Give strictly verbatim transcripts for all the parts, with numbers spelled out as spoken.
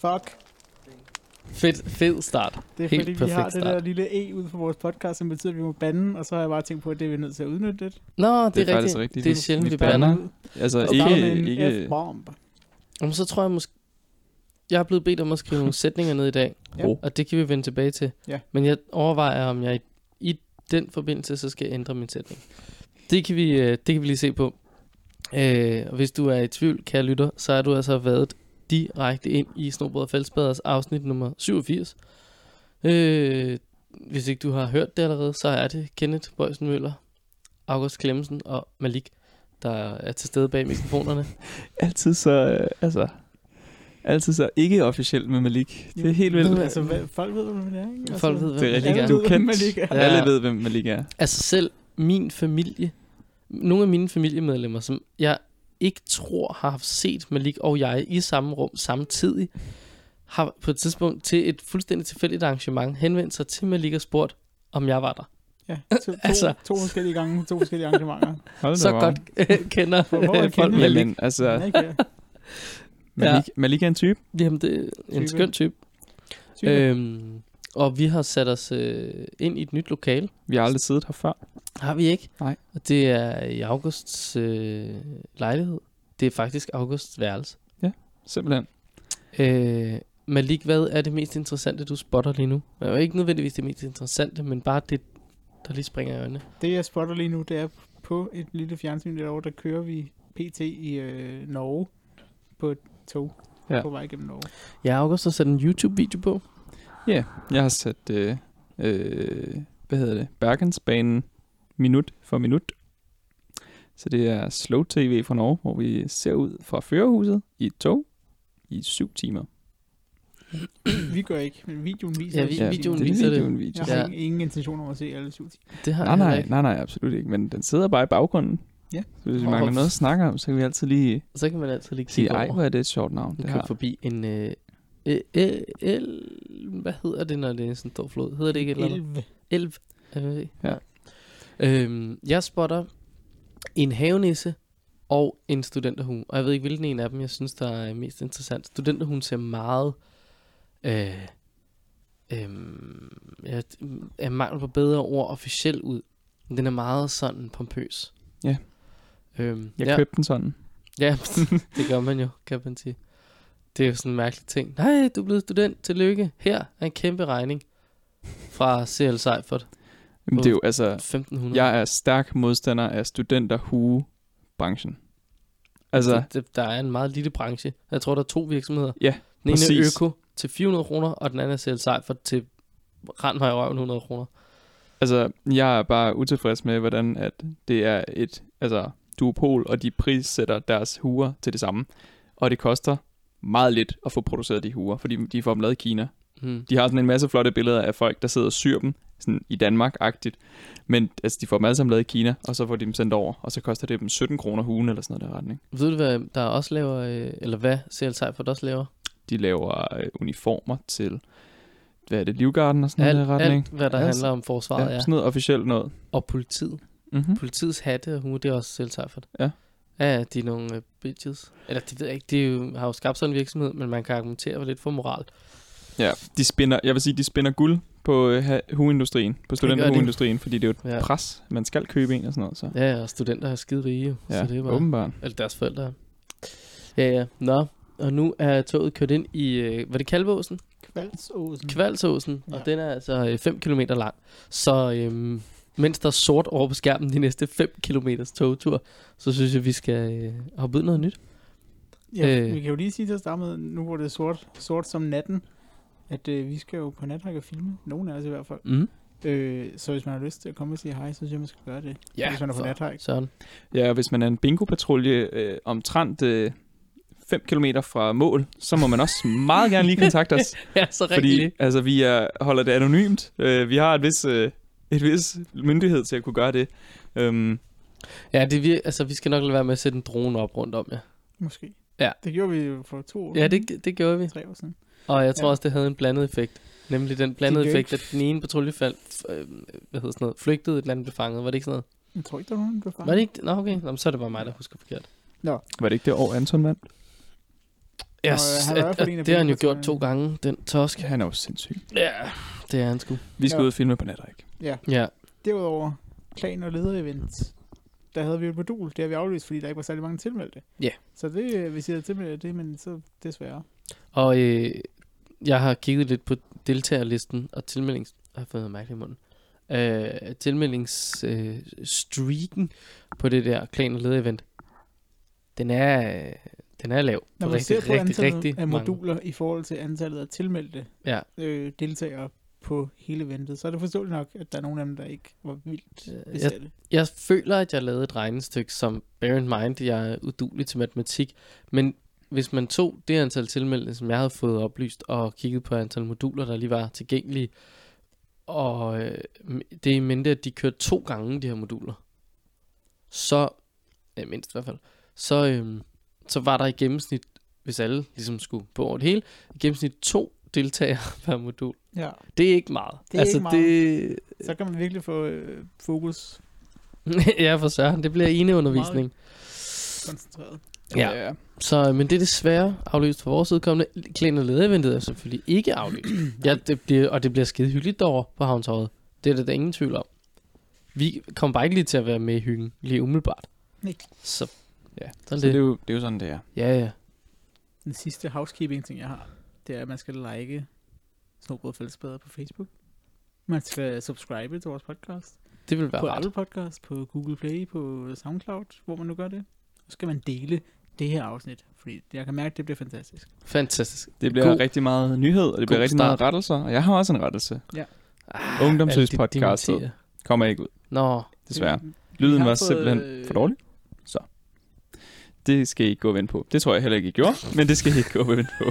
fuck. Fed, fed start. Det er Helt fordi, vi perfekt har det start. der lille E ud for vores podcast, som betyder, at vi må bande, og så har jeg bare tænkt på, at det er vi nødt til at udnytte det. Nå, det, Det er er faktisk rigtigt. rigtigt. Det er Vi- sjældent, vi vi bander. bander. Altså Og starte med ikke... en ikke F-bomb. Jamen, så tror jeg måske... Jeg er blevet bedt om at skrive nogle sætninger ned i dag, Ja. og det kan vi vende tilbage til. Ja. Men jeg overvejer, om jeg i, i den forbindelse, så skal jeg ændre min sætning. Det kan vi, øh, det kan vi lige se på. Øh, og hvis du er i tvivl, kære lytter, så er du altså været direkte ind i Snobrød og Fællesbaders afsnit nummer syvogfirs. Øh, hvis ikke du har hørt det allerede, så er det Kenneth Bøjsen Møller, August Clemmensen og Malik, der er til stede bag mikrofonerne. altid så... Øh, altså... Altid så ikke officielt med Malik. Det er helt vildt. Jamen, altså, hvad, folk ved, hvem det er, ikke? Altså, Folk ved, hvem Det er Malik rigtigt. er. Du er Alle ved, hvem kendt. Malik er. Ja. Alle ved, hvem Malik er. Altså selv min familie, nogle af mine familiemedlemmer, som jeg ikke tror har haft set Malik og jeg i samme rum samtidig, har på et tidspunkt til et fuldstændig tilfældigt arrangement henvendt sig til Malik og spurgt, om jeg var der. Ja, to, to, Altså. to forskellige gange, to forskellige arrangementer. Hold da Så op. godt kender Hvor er folk Kenneth? Malik. Jamen, altså... Han er ikke her. Malik, Malik er en type. Jamen, det er en Type. skøn type. Type. Øhm, og vi har sat os øh, ind i et nyt lokale. Vi har aldrig siddet her før. Har vi ikke? Nej. Og det er i Augusts øh, lejlighed. Det er faktisk Augusts værelse. Simpelthen. Øh, Malik, hvad er det mest interessante, du spotter lige nu? Det er jo ikke nødvendigvis det mest interessante, men bare det, der lige springer i øjnene. Det jeg spotter lige nu, det er på et lille fjernsyn derovre, der kører vi P T i øh, Norge på et tog Ja. på vej gennem Norge. Ja, August har sat en YouTube-video på. Ja, jeg har sat... Øh, øh, hvad hedder det? Bergensbanen minut for minut. Så det er slow tv fra Norge, hvor vi ser ud fra førerhuset i et tog i syv timer. Vi gør ikke, men videoen viser Ja, vi- syv videoen timer. det er viser det. videoen viser. Jeg har Ja. ingen, ingen intention om at se alle syv timer. Det har Nej, jeg heller nej, ikke. nej, nej, absolut ikke. Men den sidder bare i baggrunden. Ja. Så hvis vi Og- mangler noget at snakke om, så kan vi altid lige Så kan man altid lige sige, kigge ej, over. hvor er det et sjovt navn, Vi det kører her. forbi en... Øh, øh, øh, el, hvad hedder det, når det er sådan en stor flod? Hedder det ikke et eller andet? elleve. Elv. Jeg ved ikke. Ja. Øhm, jeg spotter en havenisse og en studenterhue. Og jeg ved ikke, hvilken en af dem, jeg synes, der er mest interessant. Studenterhuen ser meget... Øh, øh, jeg er mangel på bedre ord officiel ud. Men den er meget sådan pompøs. Ja. Øhm, Jeg ja. købte den sådan. Ja, det gør man jo, kan man sige. Det er jo sådan en mærkelig ting. Nej, du er blevet student. Tillykke. Her er en kæmpe regning fra C L Seifert. Men det er jo altså... femten hundrede. Jeg er stærk modstander af studenterhue-branchen. Altså, Det, det, der er en meget lille branche. Jeg tror, der er to virksomheder. ja, Den ene er præcis. Øko til fire hundrede kroner, og den anden er C L Seifert til rend mig i røven hundrede kroner. Altså, jeg er bare utilfreds med, hvordan at det er et altså, duopol, og de prissætter deres huer til det samme. Og det koster meget lidt at få produceret de huer, fordi de får dem lavet i Kina. Hmm. De har sådan en masse flotte billeder af folk, der sidder og syr dem, sådan i Danmark-agtigt. Men altså, de får dem alle sammen lavet i Kina, og så får de dem sendt over, og så koster det dem sytten kroner hugen eller sådan noget der retning. Ved du, hvad der også laver, øh, eller hvad C L Seifert også laver? De laver øh, uniformer til, hvad er det, Livgarden og sådan noget Alt, der retning. alt, hvad der Ja, handler om forsvaret, Ja, ja. sådan noget officielt noget. Og politiet. Mm-hmm. Politiets hatte og hue, det er også C L Seifert. Ja. Ja, de er nogle uh, bitches. Eller det ved jeg ikke, de er jo, har jo skabt sådan en virksomhed, men man kan argumentere lidt for moral. Ja, de spinder, jeg vil sige, de spinder guld på uh, hueindustrien, på studenterhueindustrien, fordi det er jo et Ja. pres. Man skal købe en og sådan noget. Så. Ja, og studenter er skide rige, jo, Ja, så det er bare... åbenbart. Eller deres forældre er. Ja, ja. Nå, og nu er toget kørt ind i, øh, var det Kalvåsen? Kvalsåsen. Kvalsåsen, Ja. og den er altså fem kilometer lang. Så øhm, mens der er sort over på skærmen de næste fem kilometers togtur, så synes jeg, vi skal øh, hoppe ud noget nyt. Ja, Øh. vi kan jo lige sige til at starte med, nu hvor det er sort, sort som natten, at øh, vi skal jo på nathak og filme. Nogen af os i hvert fald. Mm. Øh, så hvis man har lyst til at komme og sige hej, så synes jeg, man skal gøre det. Ja, hvis man er på så- nathak. Sådan. Ja, og hvis man er en bingo-patrulje øh, omtrent øh, fem kilometer fra mål, så må man også meget gerne lige kontakte os. Ja, så Fordi rigtigt. altså, vi er, holder det anonymt. Øh, vi har et vis, øh, et vis myndighed til at kunne gøre det. Um, Ja, det vir- altså, vi skal nok lade være med at sætte en drone op rundt om, ja. Måske. Ja. Det gjorde vi jo for to år Ja, siden. det, det gjorde vi. Tre år siden. Og jeg tror Ja. også, det havde en blandet effekt. Nemlig den blandede Det gør effekt, at den ene patruljefald, øh, hvad hedder sådan noget, flygtede, et eller andet blev fanget. Var det ikke sådan noget? Jeg tror ikke, der var nogen, der blev fanget. Var det ikke? Nå, okay. Nå, men så er det bare mig, der husker forkert. var det ikke det år, Anton vandt? Ja, Og, øh, han var i hvert at, fald en af at, det har han jo bilpartierne. gjort to gange, den tosk. Han er jo sindssyg. Ja, det er han sgu. Vi skal Ja. ud og filme på Natrik. Ja. Ja, Derudover, plan- og leder-event. Der havde vi jo et modul. Det har vi aflyst, fordi der ikke var særlig mange tilmeldte. Ja. Så det, hvis I havde tilmeldt det, men så desværre. og øh, jeg har kigget lidt på deltagerlisten og tilmeldings... Jeg har fået noget mærkeligt i munden. Øh, tilmeldingsstreaken øh, på det der klan- og leder-event. Den er, øh, den er lav. Når man rigtig, ser på rigtig, antallet rigtig af mange. moduler i forhold til antallet af tilmeldte Ja, øh, deltagere på hele eventet, så er det forståeligt nok, at der er nogle af dem, der ikke var vildt Øh, besatte. jeg føler, at jeg lavede et regnestykke, som bear in mind, jeg er uduelig til matematik, men hvis man tog det antal tilmeldte, som jeg havde fået oplyst, og kiggede på antal moduler, der lige var tilgængelige, og øh, det er i mente, at de kørte to gange, de her moduler, så, ja, mindst i hvert fald, så, øh, så var der i gennemsnit, hvis alle ligesom skulle på over det hele, i gennemsnit to deltagere per modul. Ja, Det er ikke meget. Det er ikke meget. Det, så kan man virkelig få øh, fokus ja, for søren. Det bliver eneundervisning. koncentreret. Ja. ja. Så, men det er desværre aflyst for vores udkommende. Klæn- og ledereventet er selvfølgelig ikke aflyst. Ja, det bliver, og det bliver skide hyggeligt derovre på Havnstorvet. Det er der, der ingen tvivl om. Vi kommer bare ikke lige til at være med i hyggen, lige umiddelbart. Nej. Så, Ja, sådan så det. det er, jo, det er jo sådan, det er. Ja, ja. Den sidste housekeeping-ting, jeg har, det er, at man skal like Snobrød Fællesbader på Facebook. Man skal subscribe til vores podcast. Det vil være På ret. Apple Podcast, på Google Play, på SoundCloud, hvor man nu gør det. Så skal man dele det her afsnit, fordi jeg kan mærke, at det bliver fantastisk. Fantastisk. Det bliver God- rigtig meget nyhed, og det bliver god rigtig start. meget rettelser. Og jeg har også en rettelse. Ah, Ungdomsøs alle de podcastet. dementier. Kommer ikke ud, Nå, desværre. Vi- vi Lyden har var fået, simpelthen øh, for dårlig. Så det skal I ikke gå og vente på. Det tror jeg heller ikke, I gjorde, men det skal I ikke gå og vente på.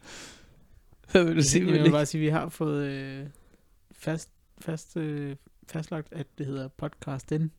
hvad vil du sige, Jeg vil Willy? bare sige, at vi har fået øh, fast, fast, øh, fastlagt, at det hedder podcasten.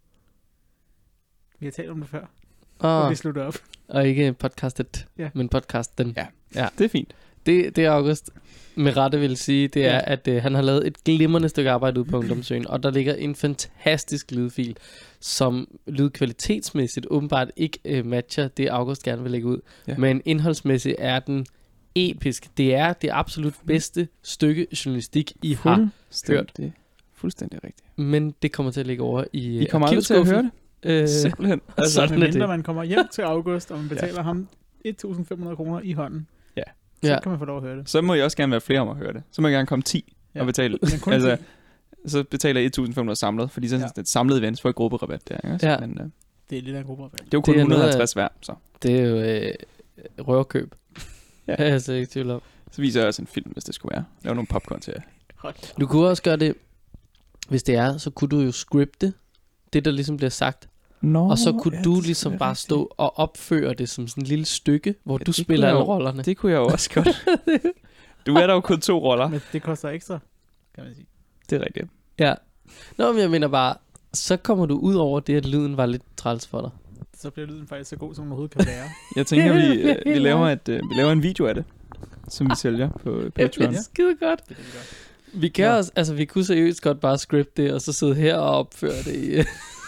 Vi har talt om det før, og Ah, vi slutter op. og ikke podcastet, Ja. men podcasten. Ja. Ja. Det er fint. Det, det August med rette vil sige, det er, Ja. at øh, han har lavet et glimrende stykke arbejde ude på Ungdomsøen, og der ligger en fantastisk lydfil, som lydkvalitetsmæssigt åbenbart ikke øh, matcher det, August gerne vil lægge ud. Ja. Men indholdsmæssigt er den episk. Det er det absolut bedste stykke journalistik, I har. Fuldstændig, fuldstændig rigtigt. Men det kommer til at ligge over i øh, I kommer aldrig til at høre det. Øh, Simpelthen. altså, Så sådan er medmindre det. man kommer hjem til August, og man betaler ja. ham et tusind fem hundrede kroner i hånden, Ja. så Ja. kan man få lov at høre det. Så må I også gerne være flere om at høre det. Så må I gerne komme ti Ja. og betale. Men kun Altså, altså, Så betaler I et tusind fem hundrede samlet, fordi så er Ja. det et samlet event for et grupperabat der. Ikke? også? Ja. Men, øh, det er lidt af en gruppeopvalg. det er jo kun Det er et hundrede og noget af- halvtreds værd, så. Det er jo øh, røverkøb. Ja. Ja. Jeg er slet ikke i tvivl om. Så viser jeg også en film, hvis det skulle være. Lave nogle popcorn til jer. Du kunne også gøre det, hvis det er, så kunne du jo scripte det, der ligesom bliver sagt. Nå, Og så kunne ja, du det ligesom er bare rigtigt. stå og opføre det som sådan et lille stykke, hvor Ja, du det spiller kunne jeg alle jo- rollerne. Det kunne jeg jo også godt. Du er der jo kun to roller. Men det koster ekstra, kan man sige. Det er rigtigt. Ja. Nå, men jeg mener bare, så kommer du ud over det, at lyden var lidt træls for dig. Så bliver lyden faktisk så god, som den overhovedet kan være. Jeg tænker, vi, Det bliver øh, vi, helt laver vildt. et, øh, vi laver en video af det, som vi sælger på øh, Det Patreon. bliver skide godt. Det er det, vi gør. Vi kan Ja. også, altså vi kunne seriøst godt bare scripte det, og så sidde her og opføre det i...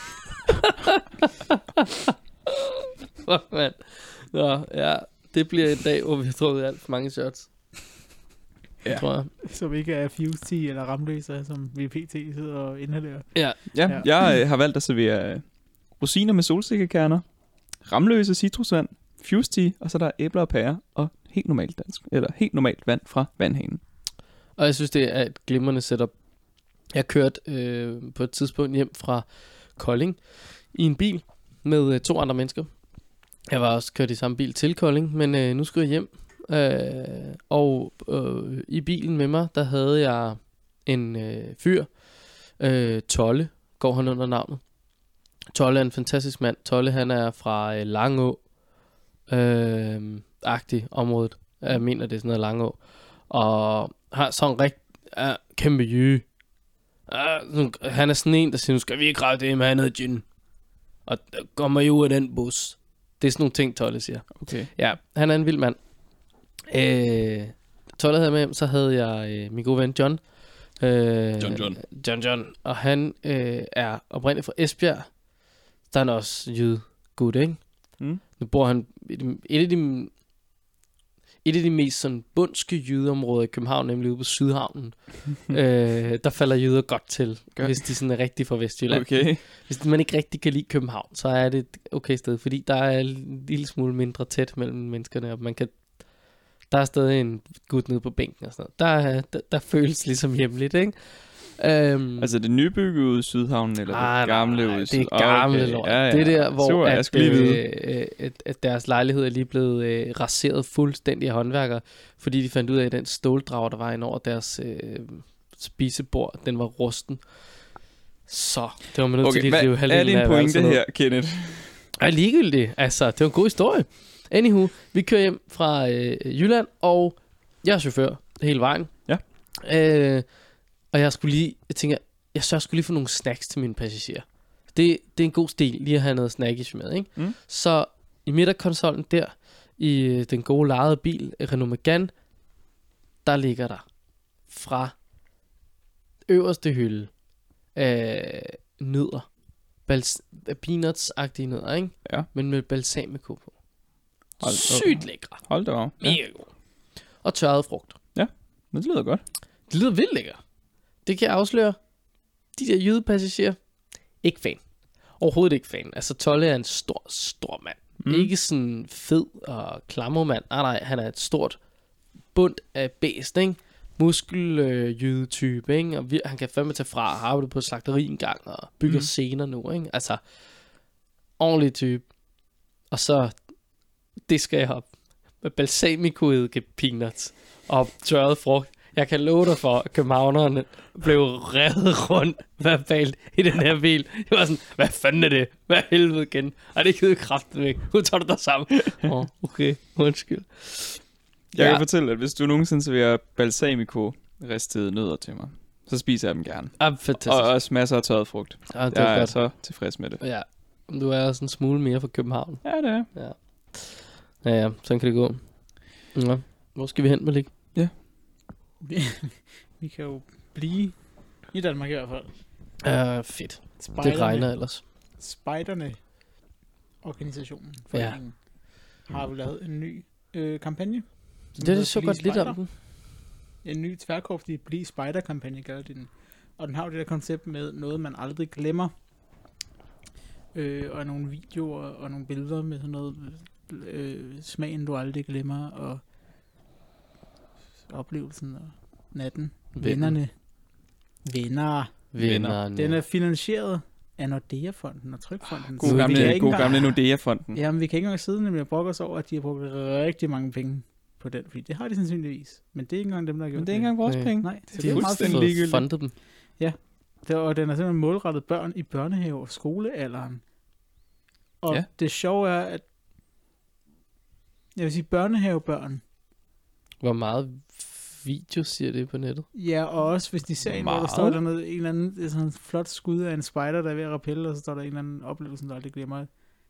Fuck, mand. Nå, ja. Det bliver en dag, hvor vi har drukket alt for mange shots. Ja. Ja. Tror jeg. Som ikke er Fuse ti eller Ramløser, som vi pt. Sidder og inhalerer. Ja. Ja, Ja. jeg øh, har valgt at servere øh, rosiner med solsikkekerner, ramløse citrusvand, Fuse tea, og så er der æbler og pærer, og helt normalt dansk, eller helt normalt vand fra vandhanen. Og jeg synes, det er et glimrende setup. Jeg kørte øh, på et tidspunkt hjem fra Kolding i en bil med øh, to andre mennesker. Jeg var også kørt i samme bil til Kolding, men øh, nu skulle jeg hjem. Øh, og øh, i bilen med mig, der havde jeg en øh, fyr. Øh, Tolle går han under navnet. Tolle er en fantastisk mand. Tolle, han er fra øh, Langå. Øh, agtig området. Jeg mener, det er sådan noget Langå. Og har sådan rigtig uh, kæmpe jø. Uh, han er sådan en, der siger, nu skal vi ikke det med noget gin. Og der kommer jo ud af den bus. Det er sådan nogle ting, Tolle siger. Okay. Ja, han er en vild mand. Øh, Tolle havde med hjem, så havde jeg øh, min gode ven John. Øh, John John. John John. Og han øh, er oprindeligt fra Esbjerg. Der er han også jøde gut, ikke? Mm. Nu bor han i de- et af de et af de mest sådan bundske jydeområder i København, nemlig ude på Sydhavnen. øh, der falder jyder godt til, Godt. hvis de sådan er rigtig fra Vestjylland. Okay. Hvis man ikke rigtig kan lide København, så er det et okay sted, fordi der er en lille smule mindre tæt mellem menneskerne, og man kan, der er stadig en gut nede på bænken og sådan noget. Der, er- der, der føles ligesom hjemligt, ikke? Um, Altså det nybyggede ude i Sydhavnen, eller nej, det gamle nej, ude i det Syd... er gamle okay. lort. Ja, ja. Det er der, hvor Super, jeg at, skulle lige vide. øh, at, at deres lejlighed er lige blevet øh, raseret fuldstændig af håndværkere, fordi de fandt ud af, at den ståldrager, der var ind over deres øh, spisebord, den var rusten. Så det var man nødt Okay, til lige at rive hvad er halvdelen din af pointe værelset ned. her, Kenneth? Er ligegyldigt. Altså, det var en god historie. Anywho, vi kører hjem fra øh, Jylland, og jeg er chauffør hele vejen. Ja. Øh, og jeg skulle lige, jeg tænker, jeg sørger skulle lige for nogle snacks til mine passagerer. Det, det er en god stil, lige at have noget snackish med, ikke? Mm. Så i midterkonsollen der, i øh, den gode lejede bil, Renault Megane, der ligger der fra øverste hylde øh, nødder. Bals- peanuts-agtige nødder, ikke? Ja. Men med balsamico på. Hold- Sygt lækre. Hold da op. Ja. Mega god. Og tørret frugt. Men det lyder godt. Det lyder vildt lækkert. Det kan jeg afsløre. De der jydepassagerer, ikke fan. Overhovedet ikke fan. Altså Tolle er en stor, stor mand. Mm. Ikke sådan fed og klammermand. Nej, nej, han er et stort bund af bæst, ikke? Muskel øh, jydetype, ikke? Og vi, han kan fandme tage fra og har arbejdet på et slagteri en gang og bygger Mm. scener nu, ikke? Altså, ordentlig type. Og så, det skal jeg op med balsamico-eddike peanuts og tørret frugt. Jeg kan love dig for, at københavnerne blev revet rundt verbalt i den her bil. Det var sådan, hvad fanden er det? Hvad helvede igen? Og det givet kraften væk. Nu tager du dig sammen. Åh, oh, okay, undskyld. Jeg Ja. kan fortælle, at hvis du nogensinde serverer balsamico-ristede nødder til mig, så spiser jeg dem gerne. Ah, fantastisk. Og også masser af tørret frugt. Ah, det er Jeg er godt. så tilfreds med det. Ja, du er også en smule mere fra København. Ja, det er. Ja, ja, ja, sådan kan det gå. Ja. Hvor skal vi hen, Malik? Vi, vi kan jo blive i Danmark i hvert fald. Uh, fedt. Spejderne, Det regner ellers. Spejderne, organisationen, Ja. foreningen, har jo lavet en ny øh, kampagne. som Det er hedder det så Bliv godt lidt Spejder. om den. En ny tværkorpslig Bliv Spejder-kampagne, kalder de den. Og den har jo det der koncept med noget, man aldrig glemmer. Øh, og nogle videoer og nogle billeder med sådan noget øh, smagen, du aldrig glemmer, og oplevelsen og natten. Vennerne. Venner. Vennerne. Den er finansieret af Nordea-fonden og Trykfonden. God Nu er vi gamle, ikke god engang- gamle Nordea-fonden. Jamen, vi kan ikke engang sidde nemlig og brokke os over, at de har brugt rigtig mange penge på den, fordi det har de sandsynligvis. Men det er ikke engang dem, der har gjort Men det er ikke engang vores Nej. penge. Nej, Det er De har fuldstændig fået ligegyldigt. fundet dem. Det, og den er simpelthen målrettet børn i børnehave og skolealderen. Og Ja. ja. det sjove er, at jeg vil sige børnehavebørn, Hvor meget video siger det på nettet? ja, og også hvis de ser en, hvor der Meget. står der noget, en eller anden det er sådan en flot skud af en spider, der er ved at rappelle, og så står der en eller anden oplevelse, der aldrig glemmer.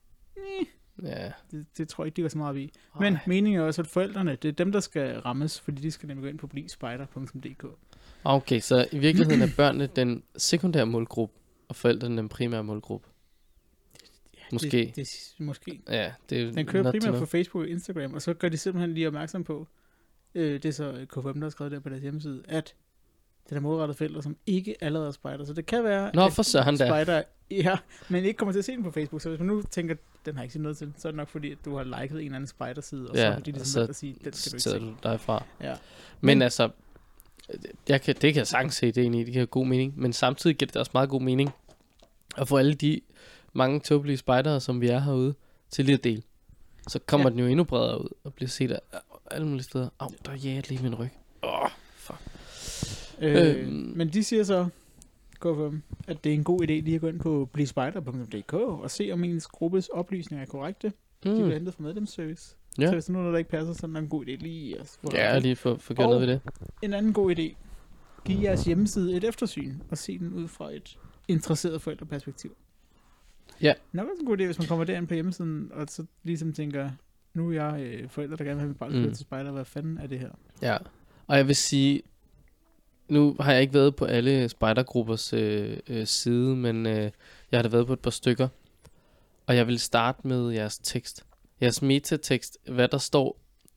Ja. Det, det tror jeg ikke, de går så meget op i. Men meningen er også, at forældrene, det er dem, der skal rammes, fordi de skal nemlig gå ind på blispejder punktum d k. Okay, så i virkeligheden er børnene den sekundære målgruppe, og forældrene den primære målgruppe. Måske. Det, det, måske. Ja, det er Den kører not to primært know. på Facebook og Instagram, og så gør de simpelthen lige opmærksom på, øh, det er så K F M, der har skrevet der på deres hjemmeside, at det er målrettet forældre, som ikke allerede er spejder. Så det kan være, Nå, at for søren da. spejder, ja, men ikke kommer til at se den på Facebook. Så hvis man nu tænker, den har jeg ikke set noget til, så er det nok fordi, at du har liket en eller anden spejderside, og Ja, så har de og ligesom så valgt at sige, den skal du ikke tager se. du derfra. Ja. Men, Men- altså, jeg kan, det kan jeg sagtens se, det er egentlig, det giver god mening. Men samtidig giver det også meget god mening at få alle de mange tåbelige spejdere, som vi er herude, til lige at dele. Så kommer Ja. den jo endnu bredere ud og bliver set af alle mulige steder. Au, der jager lige min ryg. Åh, oh, fuck. Øh, Øhm. men de siger så, K F M, at det er en god idé lige at gå ind på blispejder punktum d k og se, om ens gruppes oplysninger er korrekte. De bliver Mm. hentet fra medlemsservice. Ja. Så hvis der er noget, der ikke passer, så er det nok en god idé lige at få Ja, lige for, for at gøre Og- noget ved det. En anden god idé. Giv jeres hjemmeside et eftersyn, og se den ud fra et interesseret forældreperspektiv. Ja. Nok også en god idé, hvis man kommer derind på hjemmesiden, og så ligesom tænker, nu er jeg øh, forældre, der gerne vil have mit barn Mm. mm. til spejder, hvad fanden er det her? Ja, og jeg vil sige, nu har jeg ikke været på alle spejdergruppers øh, øh, side, men øh, jeg har da været på et par stykker. Og jeg vil starte med jeres tekst. Jeres metatekst, hvad der står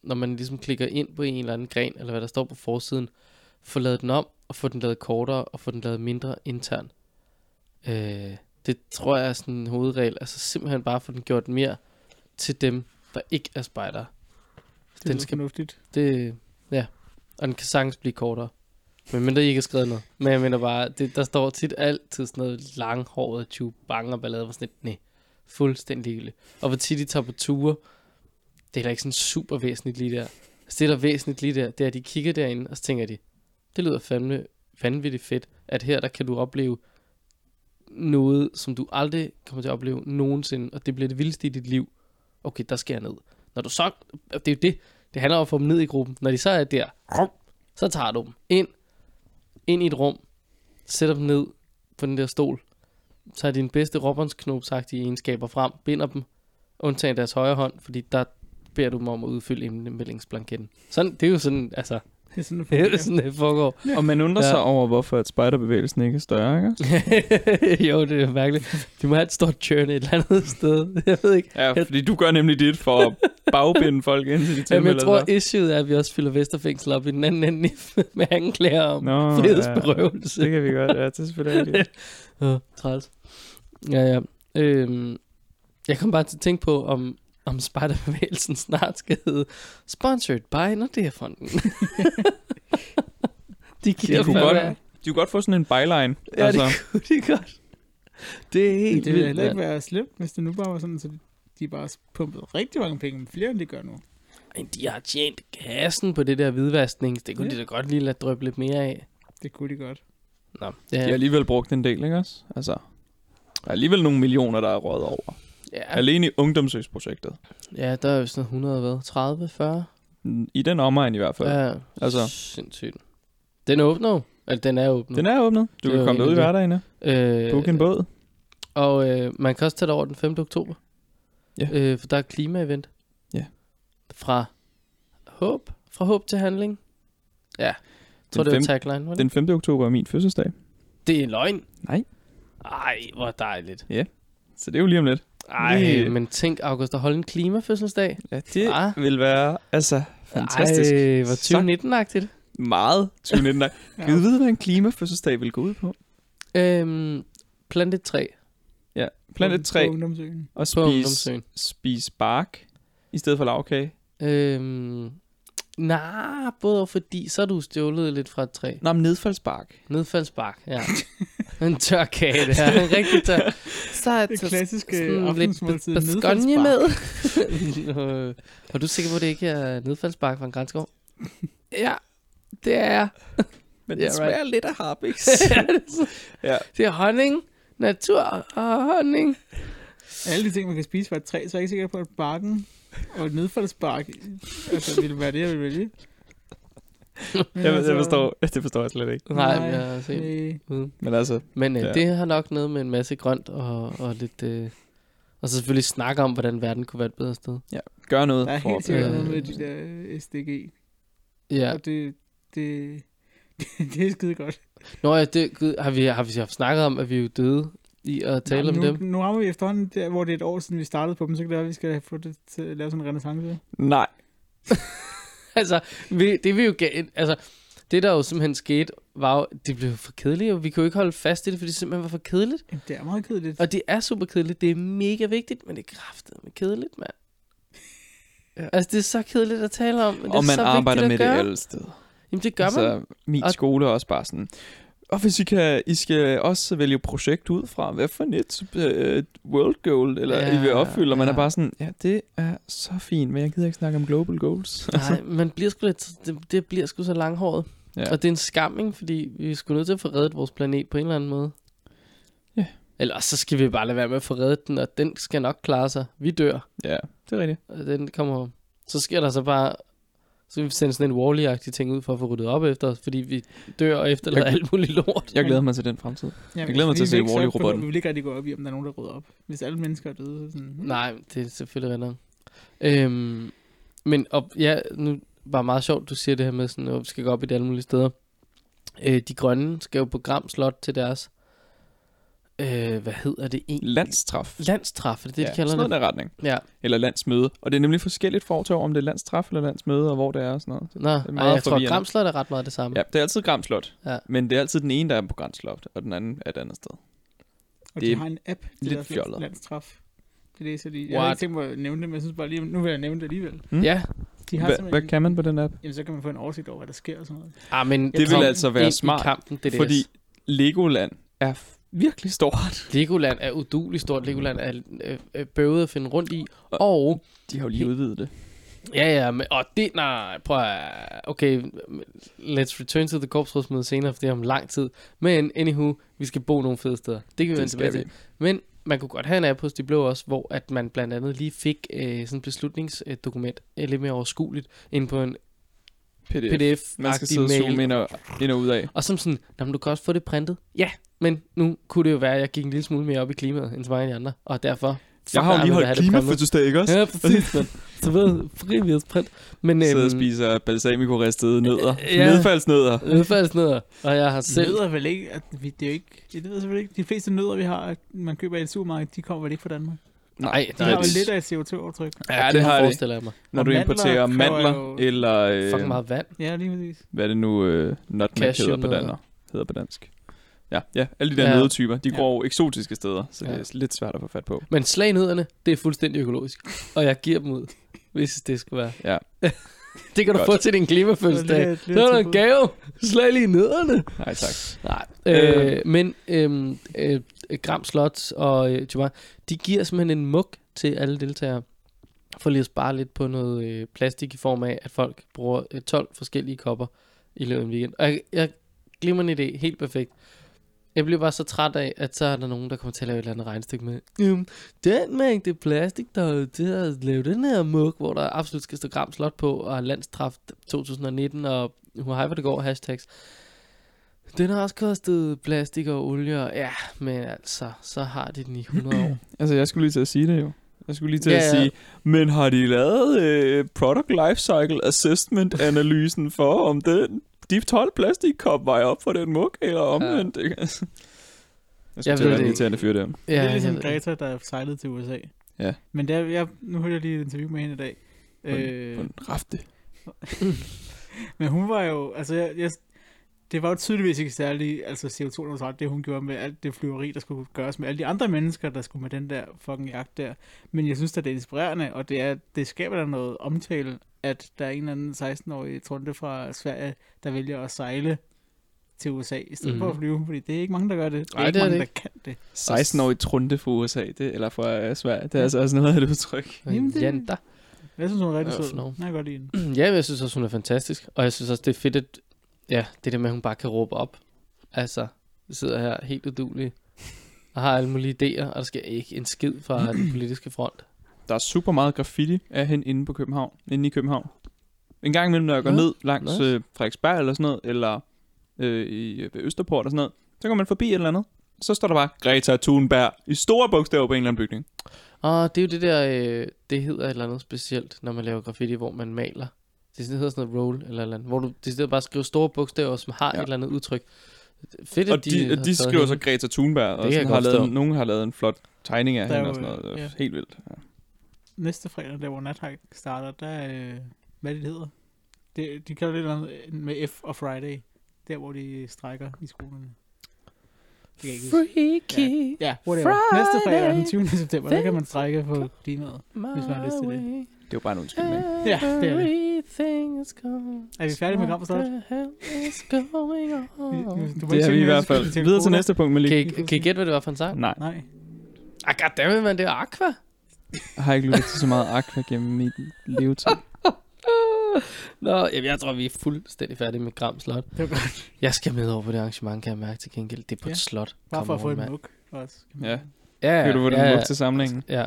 når man ligesom klikker ind på en eller anden gren, eller hvad der står på forsiden, få lavet den om, og få den lavet kortere, og få den lavet mindre intern. Øh, det tror jeg er sådan en hovedregel. Altså simpelthen bare få den gjort mere til dem, der ikke er spejdere. Det er skal, fornuftigt. Det, ja, og den kan sagtens blive kortere. Men mindre I ikke har skrevet noget. Men jeg mener bare, det, der står tit altid sådan noget langhåret tube, bang og ballade, hvor sådan et, nej, fuldstændig ligegyldigt. Og hvor tit de tager på ture, det er da ikke sådan super væsentligt lige der. Altså det, der er væsentligt lige der, det er, at de kigger derinde, og så tænker de, det lyder fandme vanvittigt fedt, at her, der kan du opleve noget, som du aldrig kommer til at opleve nogensinde, og det bliver det vildeste i dit liv. Okay, der skal jeg ned. Når du så, det er jo det, det handler om at få dem ned i gruppen. Når de så er der, så tager du dem ind, ind i et rum, sætter dem ned på den der stol, tager dine bedste robotsknopsagtige egenskaber frem, binder dem, undtagen deres højre hånd, fordi der beder du dem om at udfylde indmeldingsblanketten. Sådan, det er jo sådan, altså, det er sådan, det foregår. Det er sådan, det foregår. Ja. Og man undrer ja. sig over, hvorfor at spejderbevægelsen ikke er større, ikke? Jo, det er mærkeligt. De må have et stort churn et eller andet sted. Jeg ved ikke. Ja, fordi du gør nemlig dit for at bagbinde folk ind til de tilmelder. Jamen, jeg tror, issueet er, at vi også fylder Vesterfængsel op i den anden ende med anklager om frihedsberøvelse. Ja, det kan vi godt. Ja, det er selvfølgelig rigtigt. Ja, træls. Ja, ja. Øhm, jeg kom bare til at tænke på, om om spejderbevægelsen snart skal hedde Sponsored by Nordea-fonden. de, de, kunne godt, de kunne godt få sådan en byline. Ja, altså. Det kunne de godt. Det er helt det ville heller ikke være slemt, hvis det nu bare var sådan, så de bare pumpede rigtig mange penge, flere end de gør nu. Men de har tjent kassen på det der hvidvaskning. Det kunne ja. de da godt lige lade drøbe lidt mere af. Det kunne de godt. Nå, det de har alligevel brugt en del, ikke også? Altså, der er alligevel nogle millioner, der er røget over. Ja. Alene i ungdomsøgsprojektet. Ja, der er jo sådan hundrede, hvad? tredive, fyrre? I den omegn i hvert fald. Ja, altså. Sindssygt. Den åbner jo. Eller den er åbnet. Den er åbnet. Du det kan komme derud i hverdagen. Øh, Book en båd. Og øh, man kan også tage det over den femte oktober. Ja. Øh, for der er klima-event. Ja. Fra håb. Fra håb til handling. Ja. Jeg tror, det var tagline. Var den femte oktober er min fødselsdag. Det er en løgn. Nej. Ej, hvor dejligt. Ja. Så det er jo lige om lidt. Ej, lige. Men tænk, August, at holde en klimafødselsdag. Ja, det ah. vil være, altså, fantastisk. Ej, hvor tyve nitten-agtigt. Meget tyve nitten-agtigt. ja. Kan du vide, hvad en klimafødselsdag vil gå ud på? Øhm, plant et træ. Ja, plant et træ. Og spise spis bark, i stedet for lavkage. Øhm, nej, både fordi, så er du stjålet lidt fra et træ. Nå, men nedfaldsbark. Nedfaldsbark, ja. En tør kage, det her. En rigtig tør. Så er det klassiske aftensmåltid. Baskonje med. Er du sikker på, at det ikke er nedfaldsbark fra en grænskov? Ja, det er jeg. Men det yeah, smager right. lidt af harpiks. ja. Det er honning, natur og honning. Alle de ting, man kan spise fra et træ, så er jeg ikke sikker på, at barken og et nedfaldsbark altså, ville være det, jeg ville vælge. jeg, altså, jeg forstår, det forstår jeg slet ikke. Nej, nej jeg har set. Mm. Men altså, men øh, ja. det har nok noget med en masse grønt og, og lidt... Øh, og så selvfølgelig snakke om, hvordan verden kunne være et bedre sted. Ja, gør noget. Der er helt sikkert noget med de der S D G. Ja. Og det, det, det, det er skide godt. Nå ja, det, gud, har, vi, har vi haft snakket om, at vi er jo døde i at tale Nå, om nu, dem? Nu har vi efterhånden, der, hvor det er et år siden, vi startede på dem, så kan det være, at vi skal få det til at lave sådan en renaissance. Nej. altså, vi, det vil jo gæ- altså, det der jo simpelthen skete, var jo, det blev for kedeligt, og vi kunne jo ikke holde fast i det, fordi det simpelthen var for kedeligt. Jamen, det er meget kedeligt. Og det er super kedeligt, det er mega vigtigt, men det er kraftedeme kedeligt, mand. Ja. Altså, det er så kedeligt at tale om, men det og er man så arbejder med det alle steder. Jamen, det gør altså, man. Min og skole er også bare sådan... Og hvis I kan, I skal også vælge projekt ud fra, hvad for et uh, world goal, eller ja, I vil opfylde, og man ja. er bare sådan, ja, det er så fint, men jeg gider ikke snakke om global goals. Nej, man bliver sgu lidt, det, det bliver sgu så langhåret. Ja. Og det er en skamming, fordi vi er sgu nødt til at få reddet vores planet på en eller anden måde. Ja. Eller så skal vi bare lade være med at få reddet den, og den skal nok klare sig. Vi dør. Ja, det er rigtigt. Og den kommer, så sker der så bare... Så vi sender sådan en Wall-E-agtig ting ud for at få ryddet op efter os, fordi vi dør og efterlader alt muligt lort. Jeg glæder mig til den fremtid. Ja, jeg glæder mig til at se Wall-E-robotten. Vi vil ikke rigtig gå op i, om der er nogen, der rydder op. Hvis alle mennesker er døde, så sådan... Hmm. Nej, det er selvfølgelig renner. Øhm, men op, ja, nu var meget sjovt, du siger det her med, sådan, at vi skal gå op i de alle mulige steder. Øh, de grønne skal jo på Gram Slot til deres Øh, hvad hedder det egentlig? Landstræf. Landstræf, er det det, Ja, de kalder sådan det? noget der retning. Ja. Eller landsmøde. Og det er nemlig forskelligt for år, om det er landstræf eller landsmøde, og hvor det er og sådan noget. Nå, er ej, meget jeg tror, forvirrende. Gram Slot er ret meget det samme. Ja, det er altid Gram Slot. Ja. Men det er altid den ene, der er på Gram Slot, og den anden er et andet sted. Og Det de er har en app til lidt deres fjollet. landstræf. Det læser de. Jeg har What? ikke tænkt mig at nævne det, men jeg synes bare lige, nu vil jeg nævne det alligevel. Mm. Ja. De har Hva, simpelthen- hvad kan man på den app? Jamen, så kan man få en oversigt over, hvad der sker og sådan noget. Ah, men Det vil kom altså være ind smart, i kampen, det Fordi Legoland er f- virkelig stort. Legoland er udueligt stort. Legoland er øh, øh, bøvet at finde rundt i. Og De har jo lige udvidet det. ja, ja, men, og det, nej, prøv at, okay, let's return to the korpsrådsmøde senere, for det er om lang tid. Men anywho, vi skal bo nogle fede steder. Det kan vi Det vende tilbage skal til. Men man kunne godt have en app hos De Blå også, hvor at man blandt andet lige fik øh, sådan et beslutningsdokument, øh, lidt mere overskueligt, ind på en P D F. P D Man skal F-agtig sidde og zoome mail. ind og, ind og ud af. Og som sådan, "Nå, men du kan også få det printet. Ja, men nu kunne det jo være, at jeg gik en lille smule mere op i klimaet, end så mange af de andre. Og derfor... Jeg har jo lige holdt klimafødselsdag, ikke også? Ja, præcis, man. Så ved frivillighedsprint. Men Sidder og øhm, spiser balsamico-ristede nødder. Ja. Nedfaldsnødder. udfaldsnødder, og jeg har selv... Nødder vel ikke, at vi, det er jo ikke, jeg ved selvfølgelig ikke, de fleste nødder, vi har, at man køber i et supermarked, de kommer vel ikke fra Danmark. Nej, De nej, har vel det- lidt af et C O to aftryk. Ja, det har de. forestiller jeg mig. Når Og du mandler importerer kræver mandler, jo eller øh, Fucking meget vand. Ja, lige præcis. hvad er det nu, øh, nutmeg hedder på, Cashewnødder. dansk, hedder på dansk. Ja, ja, alle de der Ja. ja. nøddetyper, de Ja. går eksotiske steder, så det Ja. er lidt svært at få fat på. Men slagnødderne, det er fuldstændig økologisk. Og jeg giver dem ud, hvis det skal være. Ja. Det kan du Godt. få til din klimafødselsdag. Lidt- Så lidt er der en tilbud. gave. Slag lige nødderne. Nej, tak. Nej, Øh. øh, men øh, øh, Gram Slot og øh, Tjumar, de giver simpelthen en mug til alle deltagere, for lige at spare lidt på noget øh, plastik i form af, at folk bruger øh, tolv forskellige kopper i løbet af en weekend. Og jeg, jeg glemmer en idé, helt perfekt. Jeg bliver bare så træt af, at så er der nogen, der kommer til at lave et eller andet regnestykke med, um, den mængde plastik, der er til at lave den her mug, hvor der absolut skal stå Gram Slot på, og landstræf to tusind nitten, og hej hvor det går, hashtags. Den har også kostet plastik og olie, og ja, men altså, så har de den i hundrede år. Altså, jeg skulle lige til at sige det jo. Jeg skulle lige til Ja, at ja. sige, men har de lavet øh, Product Lifecycle Assessment-analysen for, om den, de tolv plastikkop vejer op for den mug, eller omvendt? Ja. Jeg synes, Jeg det ved er det en ikke. irriterende fyr der. Ja, det er jeg ligesom ved det. Greta, der er sejlet til U S A. Ja. Men der, jeg, nu hørte jeg lige et interview med hende i dag. På en, Øh, på en rafte. men hun var jo, altså jeg, jeg, det var jo tydeligvis ikke særlig, altså C O to neutralt, det hun gjorde med alt det flyveri, der skulle gøres med alle de andre mennesker, der skulle med den der fucking jagt der. Men jeg synes at det er inspirerende, og det, er, det skaber der noget omtale, at der er en eller anden seksten-årig Trunte fra Sverige, der vælger at sejle til U S A, i stedet mm. for at Mhm. flyve, fordi det er ikke mange, der gør det. Det er Nej, ikke det er mange, det der kan det. seksten-årig trunte fra U S A, det, eller fra uh, Sverige. Det er altså også noget af et udtryk. Jamen, det- Janta. Jeg synes, hun er rigtig Øh, sød. for nogen. Jeg kan godt lide hende. Ja, jeg synes også, hun er fantastisk. Og jeg synes også, det er fedt, at ja, det der med, at hun bare kan råbe op. Altså, jeg sidder her helt udulig og har alle mulige idéer, og der skal ikke en skid fra den politiske front. Der er super meget graffiti af hende inde på København, inde i København. En gang imellem, når jeg går Nå, ned langs nice. øh, Frederiksberg eller sådan noget, eller øh, i øh, ved Østerport og sådan noget, så går man forbi et eller andet. Så står der bare Greta Thunberg i store bogstaver på en eller anden bygning. Og det er jo det der, øh, det hedder et eller andet specielt, når man laver graffiti, hvor man maler. Det hedder sådan noget roll eller et eller andet, hvor du det hedder bare skriver store bogstaver, som har Ja. et eller andet udtryk. Fedt, Og at de, de, de, har de taget skriver så hende. Greta Thunberg, og kan jeg sådan har godt lavet, forstå. nogen har lavet en flot tegning af Der er hende jo, og sådan noget. ja. Helt vildt. Ja. Næste fredag, der hvor Nathike starter, der øh, hvad er det, det hedder? Det, de kalder det noget med F og Friday. Der, hvor de strækker i skolerne. Det kan jeg ikke huske. Freaky. Ja, whatever. Næste fredag, den tyvende september, der kan man strække på klimaet. Hvis man har lyst til det. Det er jo bare en undskyldning. Ja, det er det. Er Er vi færdige med Gram Slot? Du Det er vi i hvert fald. Videre til næste punkt, Malik. Kan I, kan I gætte, hvad det var for en sang? Nej, Nej. Ah, goddammit, man, det er Aqua. jeg har ikke lyttet til så meget Aqua gennem mit levetid. Nå, jamen, jeg tror, vi er fuldstændig færdige med Gram Slot. Det var godt. Jeg skal med over på det arrangement, kan jeg mærke til gengæld. Det er på Ja. et slot. Bare for at få Come on, en mand. mug også. Ja, Ja, kan du få den ja, mug til samlingen? Ja.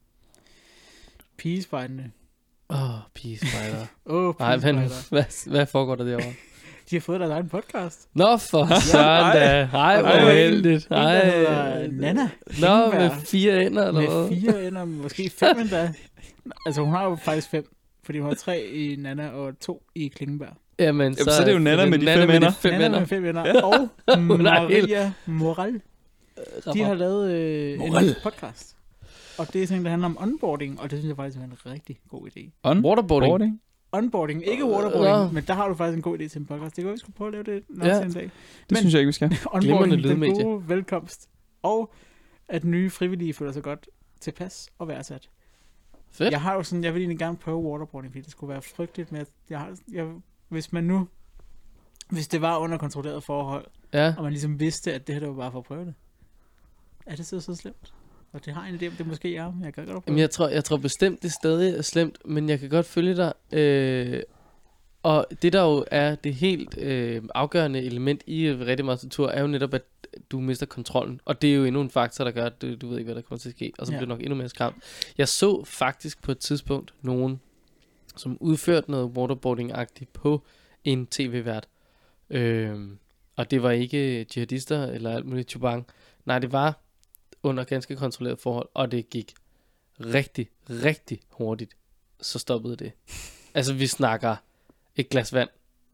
Pigespejdene. Åh, oh, Peace Fighter. Åh, oh, Nej, men pigespejder. hvad, hvad foregår der derovre? De har fået deres egen podcast. Nå, for søren da. Hej, hvor Ej, heldigt. En, der hedder Nana. Nå, Klingenberg. med fire ender, eller hvad? Med fire ender, måske fem endda. Altså, hun har jo faktisk fem. Fordi hun har tre i Nana og to i Klingenberg. Jamen, så er det jo Nana med de fem med ender. de fem Nana ender. med fem ender. Ja. Og Hun er helt- Maria Moral. De har lavet øh, en Moral. podcast. Og det er sådan, der handler om onboarding, og det synes jeg faktisk er en rigtig god idé. Waterboarding. Onboarding? Onboarding, ikke Øh, waterboarding, nå. men der har du faktisk en god idé til en podcast. Det kan være, vi skulle prøve at lave det nok Ja. ja. en dag. Det Men- synes jeg ikke, vi skal. Glimrende Onboarding, den lydmedie. gode velkomst. Og at nye frivillige føler sig godt tilpas og værdsat. Fedt. Jeg har jo sådan, jeg vil egentlig gerne prøve waterboarding, fordi det skulle være frygteligt, men jeg, jeg har, jeg, hvis man nu, hvis det var under kontrolleret forhold, Ja. og man ligesom vidste, at det her det var bare for at prøve det. Er det så så slemt? Og det har en idé om, det måske er, men jeg kan godt prøve Jamen, jeg tror, jeg tror bestemt, det stadig er slemt, men jeg kan godt følge dig. Øh, og det, der jo er det helt øh, afgørende element i rigtig meget tur, er jo netop, at du mister kontrollen. Og det er jo endnu en faktor, der gør, at du, du ved ikke, hvad der kommer til at ske. Og så Ja. bliver det nok endnu mere skræmt. Jeg så faktisk på et tidspunkt nogen, som udførte noget waterboarding-agtigt på en tv-vært. Øh, og det var ikke jihadister eller alt muligt chubang. Nej, det var under ganske kontrolleret forhold, og det gik rigtig, rigtig hurtigt. Så stoppede det. Altså, vi snakker et glas vand.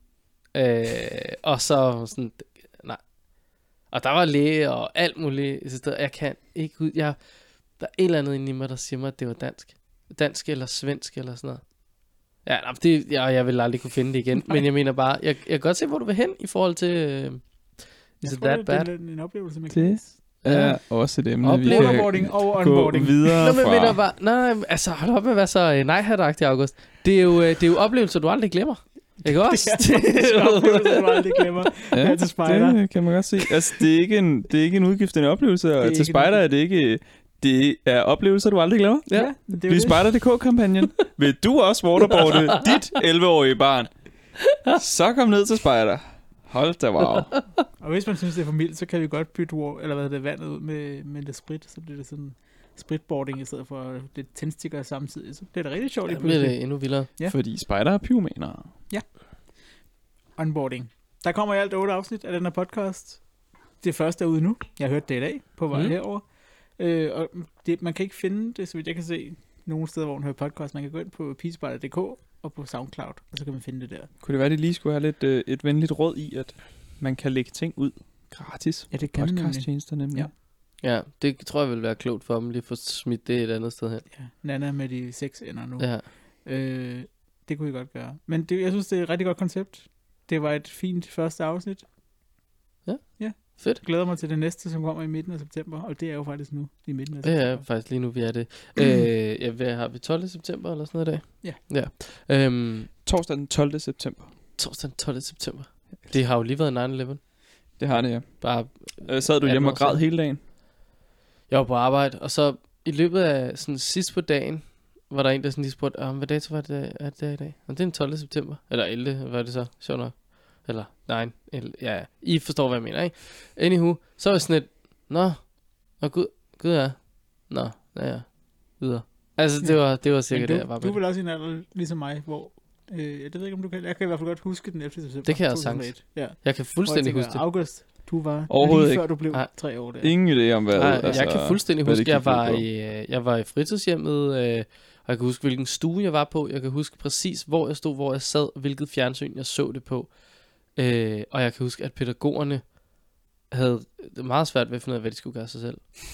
Øh, og så sådan, nej. Og der var læge og alt muligt. Jeg, synes, der- jeg kan ikke ud. Jeg, der er et eller andet inde i mig, der siger mig, at det var dansk. Dansk eller svensk eller sådan noget. Ja, nej, det, jeg, jeg vil aldrig kunne finde det igen. Men jeg mener bare, jeg, jeg kan godt se, hvor du vil hen i forhold til... Øh, is Jeg it tror, that det, bad? det er en, en oplevelse, man Det kan er også et emne, vi Oplever kan Waterboarding og gå onboarding. videre Nå, men fra. mener bare, nej, nej, altså hold op med at være så øh, nej-hat-agtig, August. Det er, jo, øh, det er jo oplevelser, du aldrig glemmer. Ikke også? Det er oplevelser, du aldrig glemmer. Ja, til spejder. det kan man godt se. Altså, det er ikke en, det er ikke en udgift, det er en oplevelse, og er til ikke en spejder er det ikke... Det er oplevelser, du aldrig glemmer. Ja, det er jo Bliv det. spejder punktum dk-kampagnen. Vil du også waterboarde dit elleve-årige barn? Så kom ned til spejder. Hold da wow. Og hvis man synes, det er for mildt, så kan vi godt bytte war, eller hvad hedder det, vandet ud med, med lidt sprit. Så bliver det sådan spritboarding i stedet for lidt tændstikker samtidig. Så bliver det rigtig sjovt Ja, i det bliver pludselig. det endnu vildere. Ja. Fordi spejder er pyromaner. Onboarding. Der kommer i alt otte afsnit af den her podcast. Det første er ude nu. Jeg har hørt det i dag på vej Mm. mm. herover. Øh, og det, man kan ikke finde det, så vidt jeg kan se, nogen steder, hvor man hører podcast. Man kan gå ind på pigespejder punktum dk og på SoundCloud, og så kan man finde det der. Kunne det være, at de lige skulle have lidt øh, et venligt råd i, at man kan lægge ting ud gratis? Ja, det kan man nemlig. Podcasttjenester nemlig. Ja. Ja, det tror jeg vil være klogt for dem lige at få smidt det et andet sted hen. Ja, Nana med de seks ender nu. Ja. Øh, det kunne vi godt gøre. Men det, jeg synes, det er et rigtig godt koncept. Det var et fint første afsnit. Fedt. Jeg glæder mig til det næste, som kommer i midten af september, og det er jo faktisk nu i midten af Det september. er faktisk lige nu, vi er det. øh, ja, hvad har vi tolvte september eller sådan noget i dag? Ja. Ja. Øhm, Torsdag den tolvte september. torsdag den tolvte september. Det har jo lige været nine eleven. Det har det, ja. Bare, Øh, sad du atten hjemme år og græd siden. hele dagen? Jeg var på arbejde, og så i løbet af sådan sidst på dagen, var der en, der sådan lige spurgte, "Ah, hvad dato var det, er det der i dag? Og det er den tolvte september. Eller ellevte, hvad er det så? Sjovt nok. Eller nej, eller, ja, ja. I forstår, hvad jeg mener, ikke? Anywho, så var jeg sådan lidt, nå, nå gud, gud ja, nå, ja, ja, videre. Altså, det Ja. var, det var cirka Men det, du, jeg var du med. er vel også i en alder ligesom mig, hvor... Øh, jeg ved ikke, om du kan... Jeg kan i hvert fald godt huske den ellevte september. Det kan jeg to tusind og sagtens. et. Ja. Jeg kan fuldstændig Hvor jeg huske tænker, det. August, du var Overhovedet lige ikke. før du blev Nej. tre år der. Ingen idé om, hvad... Nej, altså, jeg kan fuldstændig hvad det huske, at jeg gik ud var, på. i, øh, jeg var i fritidshjemmet, øh, og jeg kan huske, hvilken stue jeg var på. Jeg kan huske præcis, hvor jeg stod, hvor jeg sad, hvilket fjernsyn jeg så det på. Øh, og jeg kan huske, at pædagogerne havde meget svært ved at finde ud af, hvad de skulle gøre sig selv.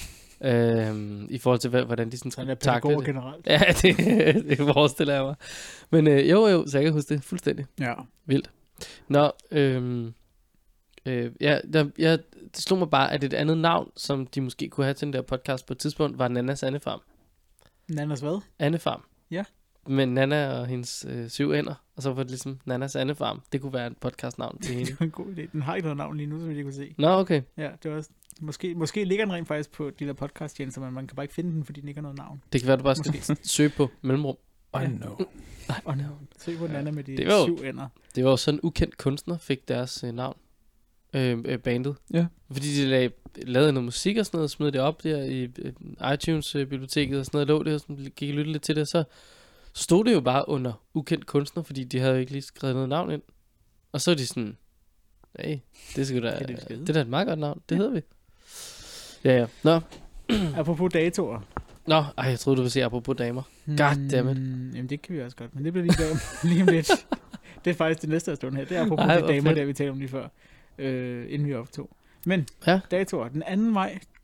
Øh, I forhold til, hvad- hvordan de sådan Sådan er skulle takle pædagoger det. generelt. Ja, det, det forestiller jeg mig. Men øh, jo, jo, så jeg kan huske det fuldstændig. Ja. Vildt. Nå, øhm, øh, ja, der, jeg, det slog mig bare, at et andet navn, som de måske kunne have til den der podcast på et tidspunkt, var Nannas Annefarm. Nannas hvad? Annefarm. Ja. Med Nana og hendes øh, syv ender, og så var det ligesom Nannas Annefarm. Det kunne være et podcastnavn til hende. Det var en god idé. Den har ikke noget navn lige nu, som jeg kunne se. Nå, okay. Ja, det var også... Måske, måske ligger den rent faktisk på de der podcast-tjenester, men man kan bare ikke finde den, fordi den ikke har noget navn. Det kan være, du bare skal søge på mellemrum. I Ja. know. Og no. Se på Nana med de Det var jo- syv ender. Det var jo sådan en ukendt kunstner fik deres øh, navn. Øh, øh, bandet. Ja. Fordi de lag, lavede noget musik og sådan noget, smed det op der i øh, iTunes-biblioteket og sådan noget, lå det og sådan, gik og lyttede lidt til det, så stod det jo bare under ukendt kunstner, fordi de havde jo ikke lige skrevet noget navn ind. Og så er de sådan, hey, det, skal da, Det er det, vi det, skal hedde. det er da et meget godt navn, det Ja. hedder vi. Ja, ja. Nå, Apropos datoer. Nå, ej, jeg troede, du ville sige apropos damer. Goddammit. Hmm, jamen, det kan vi også godt, men det bliver lige, der, lige om lidt. Det er faktisk det næste stund her. Det er apropos Ej, de hvor damer, fedt. der vi talte om lige før, øh, inden vi optog. Men Ja. datoer. Den anden maj,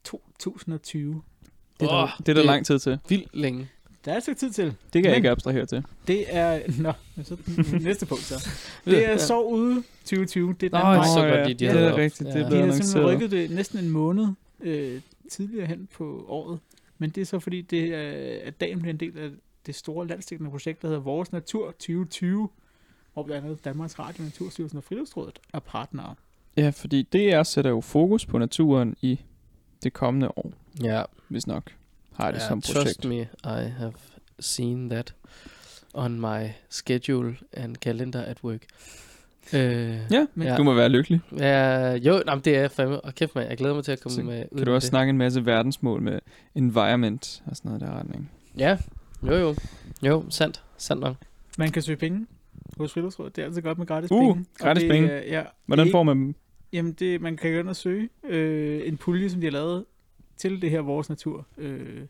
to tusind og tyve. Det er, Åh, der, det er der det- lang tid til. Vildt længe. Der er et stykke tid til. Det kan jeg Men- ikke abstrahere til. Det er... Nå, så næste punkt så. Det er Sov Ude tyve tyve. Det er den Nå, anden så vej. ja, godt, de, de det havde er det op. rigtigt. Det er Ja. De blevet har simpelthen annonceret. rykket det næsten en måned øh, tidligere hen på året. Men det er så fordi, det er, at dagen bliver en del af det store landsdækkende projekt, der hedder Vores Natur tyve tyve, hvor blandt andet Danmarks Radio, Naturstyrelsen og Friluftsrådet er partnere. Ja, fordi D R sætter jo fokus på naturen i det kommende år, Ja. hvis nok har det Ja, som projekt. trust me, I have seen that on my schedule and calendar at work. Øh, Ja, Men- ja. du må være lykkelig. Ja, jo, nej, det er fandme. Og kæft mig, jeg glæder mig til at komme Så med. Kan du også snakke en masse verdensmål med environment og sådan noget der retning? Ja, jo jo. Jo, sandt. Sandt nok. Man kan søge penge hos Friluftsrådet. Det er altid godt med gratis Uh, penge. Og gratis det, penge. er- Ja, Hvordan det, får man dem? Jamen, det, man kan gå ind og søge øh, en pulje, som de har lavet til det her Vores Natur øh,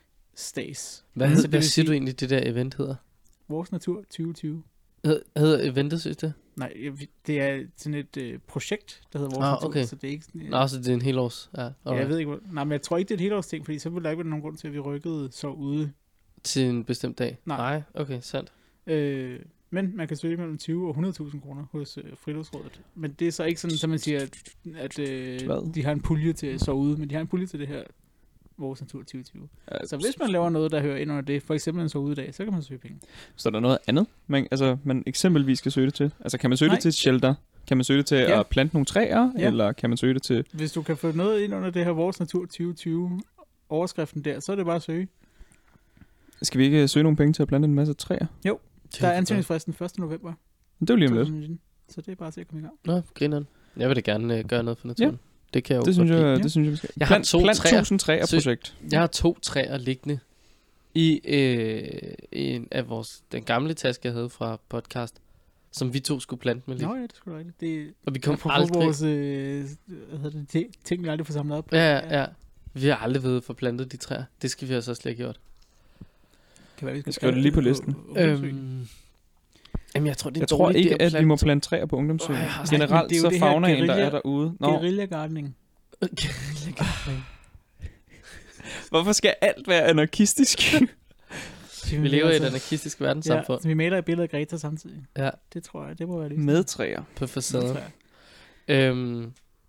stas. Hvad, Så hed, det hvad vil siger sige- du egentlig, det der event hedder? Vores Natur tyve tyve. Hed, hedder eventet, synes det? Nej, jeg- det er sådan et øh, projekt, der hedder Vores Ah, Natur, okay. så det er ikke sådan... øh, Nå, så det er en hel års. Ja, ja, alright. jeg ved ikke, hvor... Nej, men jeg tror ikke, det er et helårsting, fordi så ville der ikke være nogen grund til, at vi rykkede så ude. Til en bestemt dag? Nej. Nej, okay, sandt. Øh, men man kan søge mellem tyve og hundrede tusind kroner hos øh, Friluftsrådet. Men det er så ikke sådan, som man siger, at, at øh, Hvad? de har en pulje til så ude, men de har en pulje til det her Vores Natur tyve tyve. Så hvis man laver noget, der hører ind under det, for eksempel en så udedag, så kan man søge penge. Så er der noget andet, man, altså, man eksempelvis skal søge det til? Altså kan man søge Nej. det til et shelter? Kan man søge det til Ja. at plante nogle træer? Ja. Eller kan man søge det til... Hvis du kan få noget ind under det her Vores Natur tyve tyve overskriften der, så er det bare at søge. Skal vi ikke søge nogle penge til at plante en masse træer? Der er ansøgningsfristen første november. Det er jo lige om lidt. to tusind nitten. Så det er bare at se at komme i gang. Nå, grineren. Jeg vil da gerne øh, gøre noget for naturen. Det kan jeg jo Det synes godt lide. jeg, Ja. det synes jeg, vi skal. Jeg har Plant, to plant træer. tusind træer Så- projekt. Jeg har to træer liggende i øh, en af vores, den gamle taske, jeg havde fra podcast, som vi to skulle plante med lidt. Nå ja, det er sgu da rigtigt. Det Og vi kom kom aldrig... vores øh, hvad hedder det, ti- ting, vi aldrig får samlet op. Ja, ja, ja. Vi har aldrig været forplantet de træer. Det skal vi altså slet ikke gjort. Kan være, vi skal Jeg skriver det lige på listen. Øhm, jamen, jeg tror, det er en Jeg tror dårlig idé ikke, at vi plante må to- plante træer på ungdomsøen. Åh, jeg har- Generelt Nej, men det er jo så det her faunaen, der guerilla- er derude. Nå, Guerilla-gardening. hvorfor skal alt være anarkistisk? Vi lever i et anarkistisk verdenssamfund. Ja, så vi maler et billede af Greta samtidig. Ja, Det tror jeg, det må være det. Med træer. på facaden. Med træer. Øhm,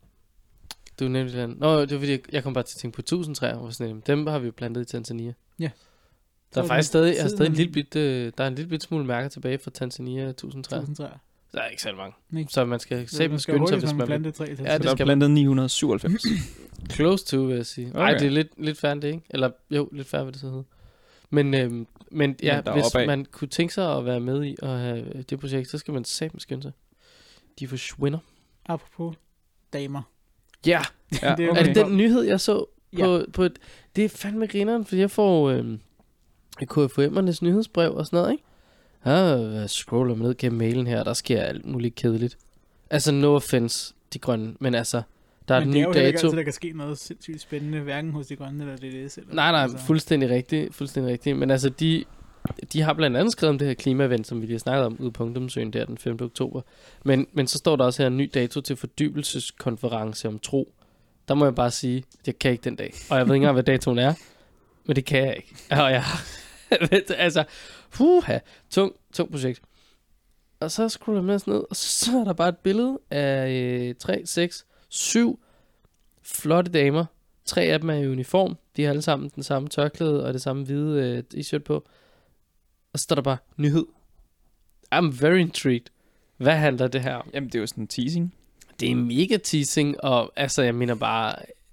du nævnte det. Nå, det var fordi, jeg kom bare til at tænke på tusind træer. Hvor sådan, dem har vi jo plantet i Tanzania. Ja. Der er Så faktisk det- stadig, jeg har tiden- stadig en lille bit, øh, der er en lille bit smule mærker tilbage fra Tanzania tusind træer. Tusind træer. Der er ikke så mange. Nej. Så man skal Så sætte man skal skynde sig, hurtigt, hvis man vil. plante et træ. til. Ja, Så det der er skal man. plantet ni hundrede syvoghalvfems. Close to, vil jeg sige. Nej, Okay. det er lidt, lidt færre end det, ikke? Eller jo, lidt færre, hvad det så hedder. Men, øhm, men ja, Men der er hvis opad. man kunne tænke sig at være med i at have det projekt, så skal man satme skynde sig. De forsvinder. Apropos damer. Ja, Ja, Det er okay. Er det den nyhed, jeg så på, på et... Det er fandme grineren, fordi jeg får øhm, K F U M'ernes nyhedsbrev og sådan noget, ikke? Jeg scroller ned gennem mailen her, og der sker alt muligt kedeligt. Altså, no offense, de grønne, men altså, der er Men en det ny er jo heller ikke dato. altid, der kan ske noget sindssygt spændende, hverken hos de grønne eller D D S. Eller, Nej, nej, altså. fuldstændig rigtigt, fuldstændig rigtigt. Men altså, de, de har blandt andet skrevet om det her klimaevent, som vi lige har snakket om ude på Ungdomsøen der den femte oktober. Men, men så står der også her en ny dato til fordybelseskonference om tro. Der må jeg bare sige, at jeg kan ikke den dag. Og jeg ved ikke engang, hvad datoen er, men det kan jeg ikke. Og jeg altså, puha, tung, tung projekt. Og så scroller jeg med sådan ned, og så er der bare et billede af øh, tre, seks, syv flotte damer. Tre af dem er i uniform. De har alle sammen den samme tørklæde og det samme hvide øh, t-shirt på. Og så står der bare nyhed. I'm very intrigued. Hvad handler det her om? Jamen, det er jo sådan en teasing. Det er mega teasing, og altså, jeg mener bare,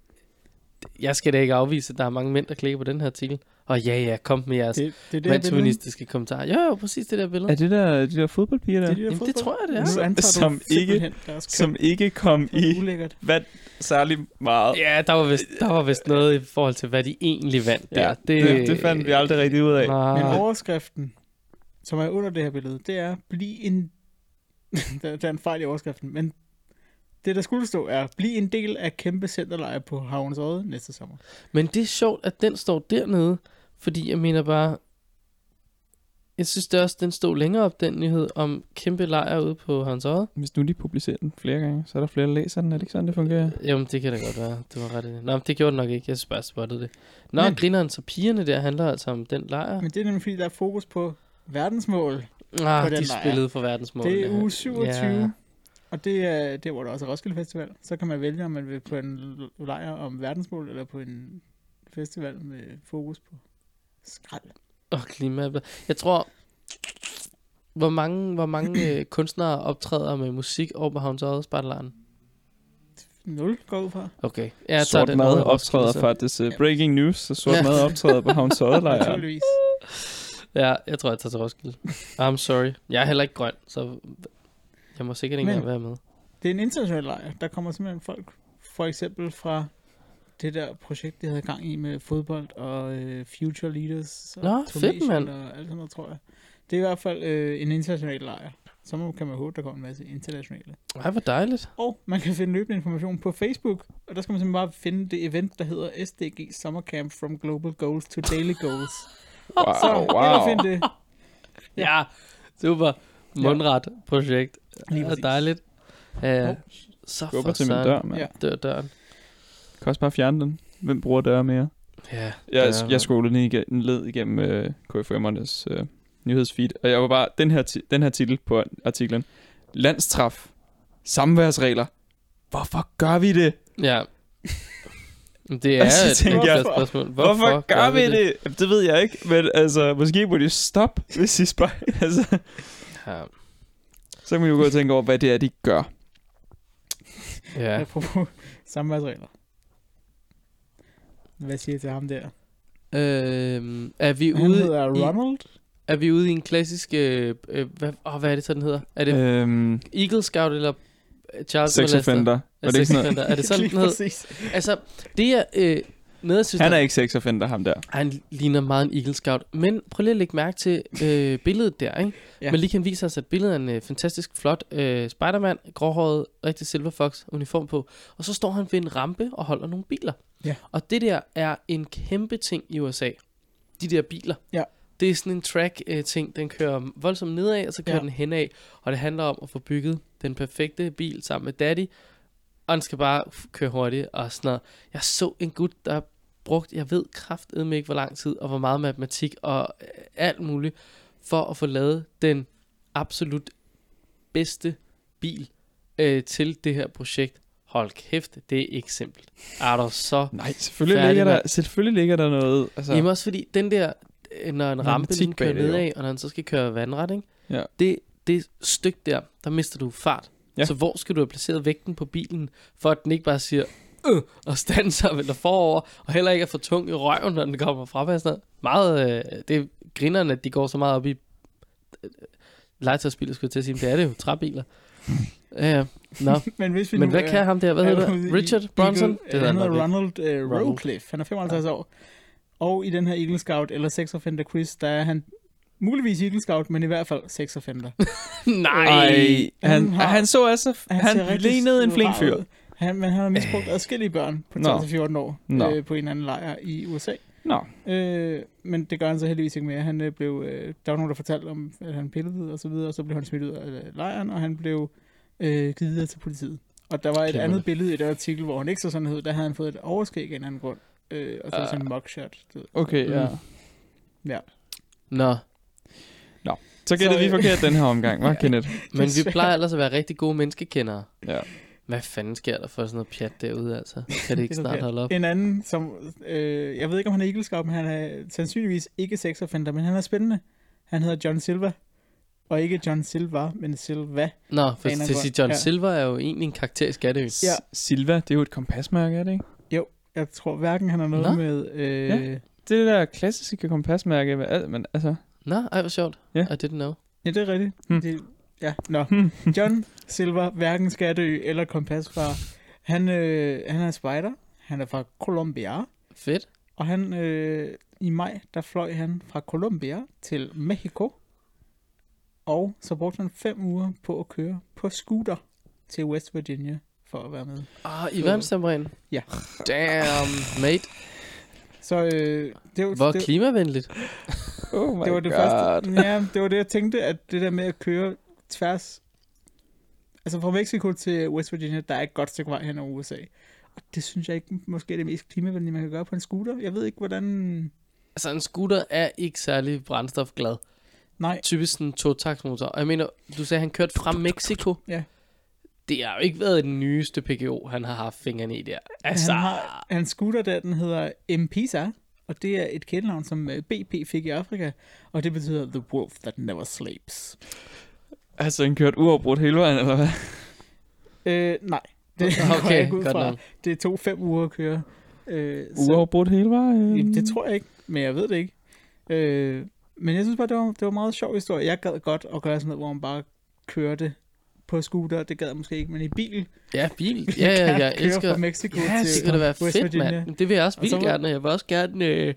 jeg skal da ikke afvise, at der er mange mænd, der klikker på den her artikel. Og ja, ja, kom med jeres Det, det er det her billede. mandsfeministiske kommentarer. Jo, jo, præcis det der billede. Er det der, de der fodboldpiger der? Det er de der Jamen, det fodbold- tror jeg, det er. Nu Som- antager du som ikke- simpelthen deres køn. Som ikke kom Det er i ulækkert. vand særlig meget. Ja, der var vist, der var vist noget i forhold til, hvad de egentlig vandt der. Ja, det, det, det fandt vi aldrig rigtig ud af. Nej. Men overskriften, som er under det her billede, det er, bliv en... der, der er en fejl i overskriften, men det, der skulle stå, er, bliv en del af kæmpe centerlejr på Havns Odde næste sommer. Men det er sjovt, at den står dernede, fordi jeg mener bare, Jeg synes det også, den stod længere op, den nyhed om kæmpe lejr ude på Hans Odde. Hvis nu de publicerer den flere gange, så er der flere, der læser den. Er det ikke sådan, det fungerer? Jamen, det kan da godt være. Det var ret i det. Nå, men det gjorde det nok ikke. Jeg synes bare, jeg spottede det. Nå, Men- grineren, så pigerne der handler altså om den lejr. Men det er nemlig fordi, der er fokus på verdensmål. Ah, på den de lejr. spillede for verdensmål. Det er ja. uge syvogtyve. Ja. Og det er der, hvor der også er Roskilde Festival. Så kan man vælge, om man vil på en lejr om verdensmål, eller på en festival med fokus på skrald. Og klima. Jeg tror, hvor mange, hvor mange øh, kunstnere optræder med musik over på Hans Odde Spartelaren? Nul går ud fra. Okay. Ja, jeg tager Sort den mad over i optræder Roskilde, så. faktisk. Uh, breaking news, så sort Ja. mad optræder på Havns Oddelejr. Naturligvis. Ja, jeg tror, jeg tager til Roskilde. I'm sorry. Jeg er heller ikke grøn, så jeg må sikkert ikke Men- engang være med. Det er en international lejr. Der kommer simpelthen folk, for eksempel fra det der projekt, de havde gang i med fodbold og øh, Future Leaders. Og Nå, fedt, Tunesien mand. Og alt sådan noget, tror jeg. Det er i hvert fald øh, en international lejr. Så må- kan man håbe, der kommer en masse internationale. Ej, hvor dejligt. Og man kan finde løbende information på Facebook. Og der skal man simpelthen bare finde det event, der hedder S D G Summer Camp From Global Goals to Daily Goals. Wow, Så ind og wow. find det. Ja, super. Mundret projekt. Lige Det er præcis. dejligt. Ja, Hov. så Skubber for til min søren. dør, mand. Ja. Dør døren. Kan også bare fjerne den. Hvem bruger døre mere? Ja, Jeg, døren, jeg scrollede lige igennem, led igennem uh, K F M'ernes uh, nyhedsfeed, og jeg var bare, den her, ti- den her titel på artiklen, landstraf, samværsregler, hvorfor gør vi det? Ja. Det er Og så et tænker godt jeg, spørgsmål. Hvorfor, hvorfor gør, gør vi det? det? Jamen, det ved jeg ikke, men altså, måske må de stoppe, hvis de spørger. Altså, Ja. så kan man jo gå og tænke over, hvad det er, de gør. Ja. Apropos samværsregler. Hvad siger jeg til ham der? Øhm, er vi Han ude hedder i, Ronald. er vi ude i en klassisk øh, øh, hvad, åh, hvad er det så den hedder? Er det øh, Øhm, Eagle Scout eller øh, Charles sex Molester? offender. Er Var det ikke sex sådan noget? offender? Er det sådan Lige den hedder? præcis. Altså, det er øh, noget jeg synes Han der- er ikke sex offender, ham der. Han ligner meget en Eagle Scout. Men prøv lige at lægge mærke til øh, billedet der, ikke? Ja. Ja. Men lige kan vise os, at billedet er en øh, fantastisk flot øh, Spider-Man, gråhåret, rigtig Silver Fox uniform på. Og så står han ved en rampe og holder nogle biler. Ja. Og det der er en kæmpe ting i U S A. De der biler. Ja. Det er sådan en track-ting. Den kører voldsomt nedad, og så kører Ja. den henad. Og det handler om at få bygget den perfekte bil sammen med Daddy. Og den skal bare f- køre hurtigt og sådan noget. Jeg så en gut, der brugt, jeg ved kraftedeme ikke hvor lang tid, og hvor meget matematik og øh, alt muligt, for at få lavet den absolut bedste bil øh, til det her projekt. Hold kæft, det er ikke simpelt. Er du så... Nej, selvfølgelig Færdig, ligger, der, mand. selvfølgelig ligger der noget. Altså, Jamen også fordi, den der, øh, når en rampe Matematik ligesom kører bag det, jo. nedad, og når den så skal køre vandret, ikke? Ja. Det, det stykke der, der mister du fart. Ja. Så hvor skal du have placeret vægten på bilen, for at den ikke bare siger, øh, og standser eller forover, og heller ikke er for tung i røven, når den kommer fra og sådan noget. Meget, øh, det er grinerne, at de går så meget op i øh, legetøjsbiler, skulle jeg til at sige, men det er det jo, træbiler. Ja, ja. Nå. Men, hvis vi Men nu hvad er- kan ham der? Hvad er hedder ude det? i Richard Bronson? Eagle, Det hedder han han hedder nok ikke. Ronald uh, Ronald. Rowcliffe. Han er femoghalvtreds år. Og i den her Eagle Scout, eller sex offender quiz, der er han muligvis Eagle Scout, men i hvert fald sex offender. Nej! Ej, han, Han han, har- han så altså, han, ser han rigtig lignede en flink rar fyr. ud. Han, men han har misbrugt adskillige børn på Nå. tolv til fjorten år Nå. øh, på en eller anden lejr i U S A. Nå, Øh, men det gør han så heldigvis ikke mere. Han øh, blev, øh, der var nogen, der fortalte om, at han pillede og så videre, og så blev han smidt ud af øh, lejren, og han blev øh, givet videre til politiet. Og der var et Glimrende. andet billede i den artikel, hvor han ikke så sådan ud. Der havde han fået et overskæg af en anden grund. Øh, og så uh. sådan en mugshot. Du ved. okay, ja. Mm. Ja. Nå, Så gættede Så, vi øh, forkert den her omgang, var Kenneth? men vi Desværre. plejer ellers at være rigtig gode menneskekendere. Ja. Hvad fanden sker der for sådan noget pjat derude, altså? Kan det ikke Det er snart forkert. holde op? En anden, som, øh, jeg ved ikke, om han er Eagle Scout, men han er sandsynligvis ikke sex offender, men han er spændende. Han hedder John Silva. Og ikke John Silva, men Silva. Nå, for en eller til at anden sige, John grund. Ja. Silver er jo egentlig en karakter i Skatteøen. S- Ja. Silva, det er jo et kompasmærke, er det ikke? Jeg tror hverken han har noget Nå. med... Øh, Ja. Det er det der klassiske kompasmærke, med alt, men altså... Nå, ej, hvor sjovt. Ja. I didn't know. Ja, det er rigtigt. Hmm. Det, ja, nå. Hmm. John Silver, hverken Skatteø eller kompasfar. Han, øh, han er spider. Han er fra Colombia. Fedt. Og han, øh, i maj, der fløj han fra Colombia til Mexico. Og så brugte han fem uger på at køre på scooter til West Virginia for at være med. Ah, i verdenstemperin. Ja. Damn, mate. Så øh, det er jo... Hvor det, klimavenligt. Oh my det var det god. første. Ja, det var det, jeg tænkte, at det der med at køre tværs, altså fra Mexico til West Virginia, der er et godt stykke vej hen over U S A. Og det synes jeg ikke måske er det mest klimavenlige, man kan gøre på en scooter. Jeg ved ikke, hvordan... Altså, en scooter er ikke særlig brændstofglad. Nej. Typisk en totaktsmotor. Og jeg mener, du sagde, han kørte fra Mexico. Ja. Det har jo ikke været den nyeste P G O, han har haft fingrene i der. Altså... Han har, hans scooter der, den hedder M-Pesa, og det er et kælenavn, som B P fik i Afrika, og det betyder The Wolf That Never Sleeps. Altså, han kørte uafbrudt hele vejen, eller hvad? Øh, nej. Det Okay, går jeg ikke ud godt fra. nok. Det tog fem uger at køre. Øh, så- Uafbrudt hele vejen? Jamen, det tror jeg ikke, men jeg ved det ikke. Øh, men jeg synes bare, det var, det var en meget sjov historie. Jeg gad godt at gøre sådan noget, hvor man bare kørte på scooter. Det gad jeg måske ikke, men i bil. Ja, bil. vil Ja, ja, gerne jeg køre elsker... fra Mexico Ja, til det kan da være West fedt, Virginia. mand. Det vil jeg også Og vildt så var- gerne. Jeg vil også gerne... Øh,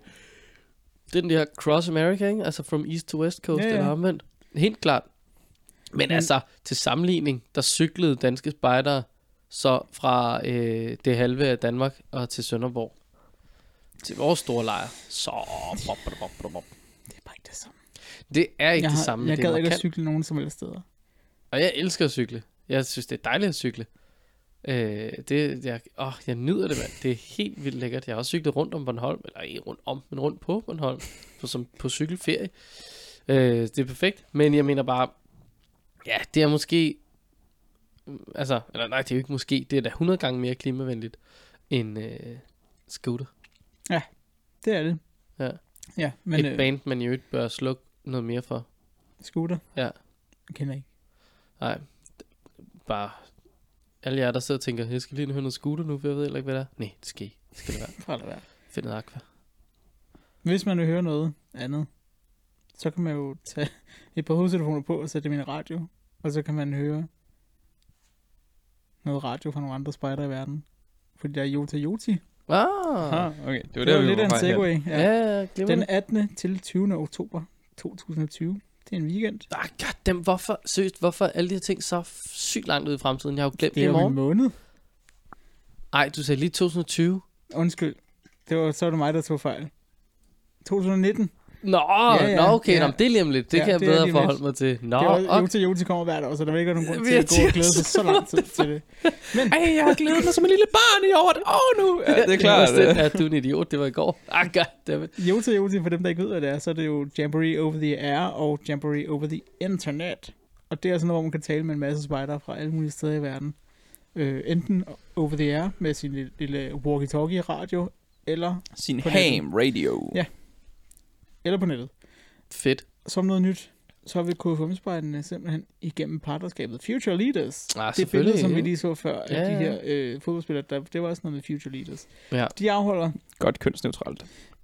den der Cross America, ikke? Altså from East to West Coast, Ja, ja. eller omvendt. Helt klart. Men, Men- altså, til sammenligning, der cyklede danske spejdere så fra øh, det halve af Danmark og til Sønderborg. Til vores store lejr. Så... Bop, bop, bop, bop, bop. Det er bare ikke det samme. Det er ikke Jeg, det har, samme. jeg det er gad ikke at markant. cykle nogen som helst steder. Og jeg elsker at cykle. Jeg synes, det er dejligt at cykle. Øh, det, jeg, åh, jeg nyder det, mand. Det er helt vildt lækkert. Jeg har også cyklet rundt om Bornholm. Eller ikke rundt om, men rundt på Bornholm. På, som, på cykelferie. Øh, det er perfekt. Men jeg mener bare, ja, det er måske... Altså, eller nej, det er jo ikke måske. Det er da hundrede gange mere klimavenligt end øh, scooter. Det er det. Ja. Ja, men Men, Et øh, band, man jo ikke bør slukke noget mere for. scooter. Ja. Jeg kender ikke. Nej, bare alle jer, der sidder og tænker, jeg skal lige høre noget scooter nu, for jeg ved heller ikke, hvad det er. Nej, det skal ikke. Det skal det være. Fra det være. Find noget aqua. Hvis man vil høre noget andet, så kan man jo tage et par hovedtelefoner på og sætte dem i en radio. Og så kan man høre noget radio fra nogle andre spejder i verden. Fordi der er Jota Joti. Ah, Ah, okay. Det var Det der, var vi lidt af en på vej hen. segway. ja, Ja. ja Den glimrende. attende til tyvende oktober to tusind og tyve. Det er en weekend. Ah, goddammit, hvorfor, seriøst, hvorfor er alle de her ting så f- sygt langt ud i fremtiden? Jeg har jo glemt det, Det i er jo en morgen. måned. Ej, du sagde lige to tusind og tyve. Undskyld. Det var, så var det mig, der tog fejl. to tusind og nitten. Nå, Ja, ja, nå okay, ja. Nå, det er lige om lidt. Det Ja, kan jeg det er bedre lige om lidt. forholde mig til. Nå, Det var, og... Jota Joti kommer hvert år, så der var ikke nogen grund Vi til har at gå og tit- glæde sig så lang tid til det. Men Ej, jeg har glædet mig som en lille barn i over et år nu. Ja, det er klart. Det, ja, du er en idiot, det var i går. Ah, goddammit. Jota Joti, for dem, der ikke ved, hvad det er, så er det jo Jamboree Over the Air og Jamboree Over the Internet. Og det er sådan noget, hvor man kan tale med en masse spejdere fra alle mulige steder i verden. Øh, enten over the air med sin lille, lille walkie-talkie radio, eller, Sin på ham radio. Ja. eller på nettet. Fedt. Som noget nyt, så har vi K F M-spejderne simpelthen igennem partnerskabet Future Leaders. Ah, Det billede, som vi ikke? lige så før, af Ja, de ja. her øh, fodboldspillere, der, det var også noget med Future Leaders. Ja. De afholder, Godt kønsneutralt.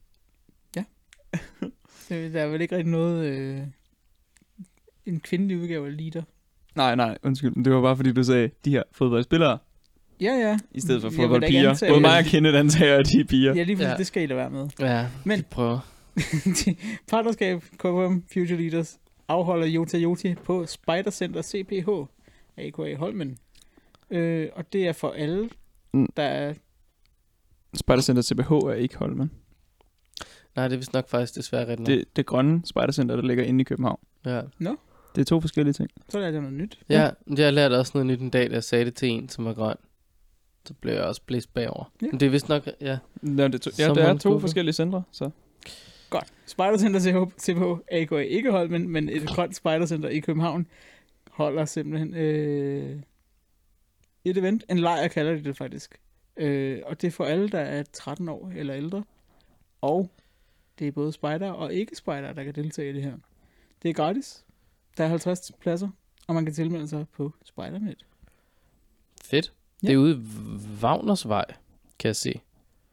øh, der er vel ikke rigtig noget, øh, en kvindelig udgave af leader. Nej, nej, undskyld. men Det var bare fordi, du sagde, de her fodboldspillere, Ja, ja. i stedet for Jeg vil da ikke fodboldpiger. antage, Både at- mig og Kenneth antager, at de er piger. Ja, lige præcis, Ja. det skal I da være med. Ja, Men- vi prøver. Partnerskab K F M Future Leaders afholder Jota Joti på Spejdercenter C P H, A K A Holmen. Øh, og det er for alle, Mm. der er... Spejdercenter C B H er ikke Holmen. Nej, det er vist nok faktisk desværre rigtigt. Det, det grønne spejdercenter, der ligger inde i København. Ja. Det er to forskellige ting. Så er der noget nyt. Ja, jeg lærte også noget nyt en dag, da jeg sagde det til en, som var grøn. Så blev jeg også blæst bagover. Ja. Men det er vist nok, ja. Nå, det er to, ja, Som der er en to skuffe. forskellige centre, så. Godt. Spejdercenter C P H, A K A ikke Holmen, men et grønt spejdercenter i København, holder simpelthen øh, et event. En lejr kalder de det faktisk. Øh, og det er for alle, der er tretten år eller ældre. Og det er både spejder og ikke spejder, der kan deltage i det her. Det er gratis. Der er halvtreds pladser, og man kan tilmelde sig på Spejdernet. Fedt. Ja. Det er ude i Wagnersvej, kan jeg se.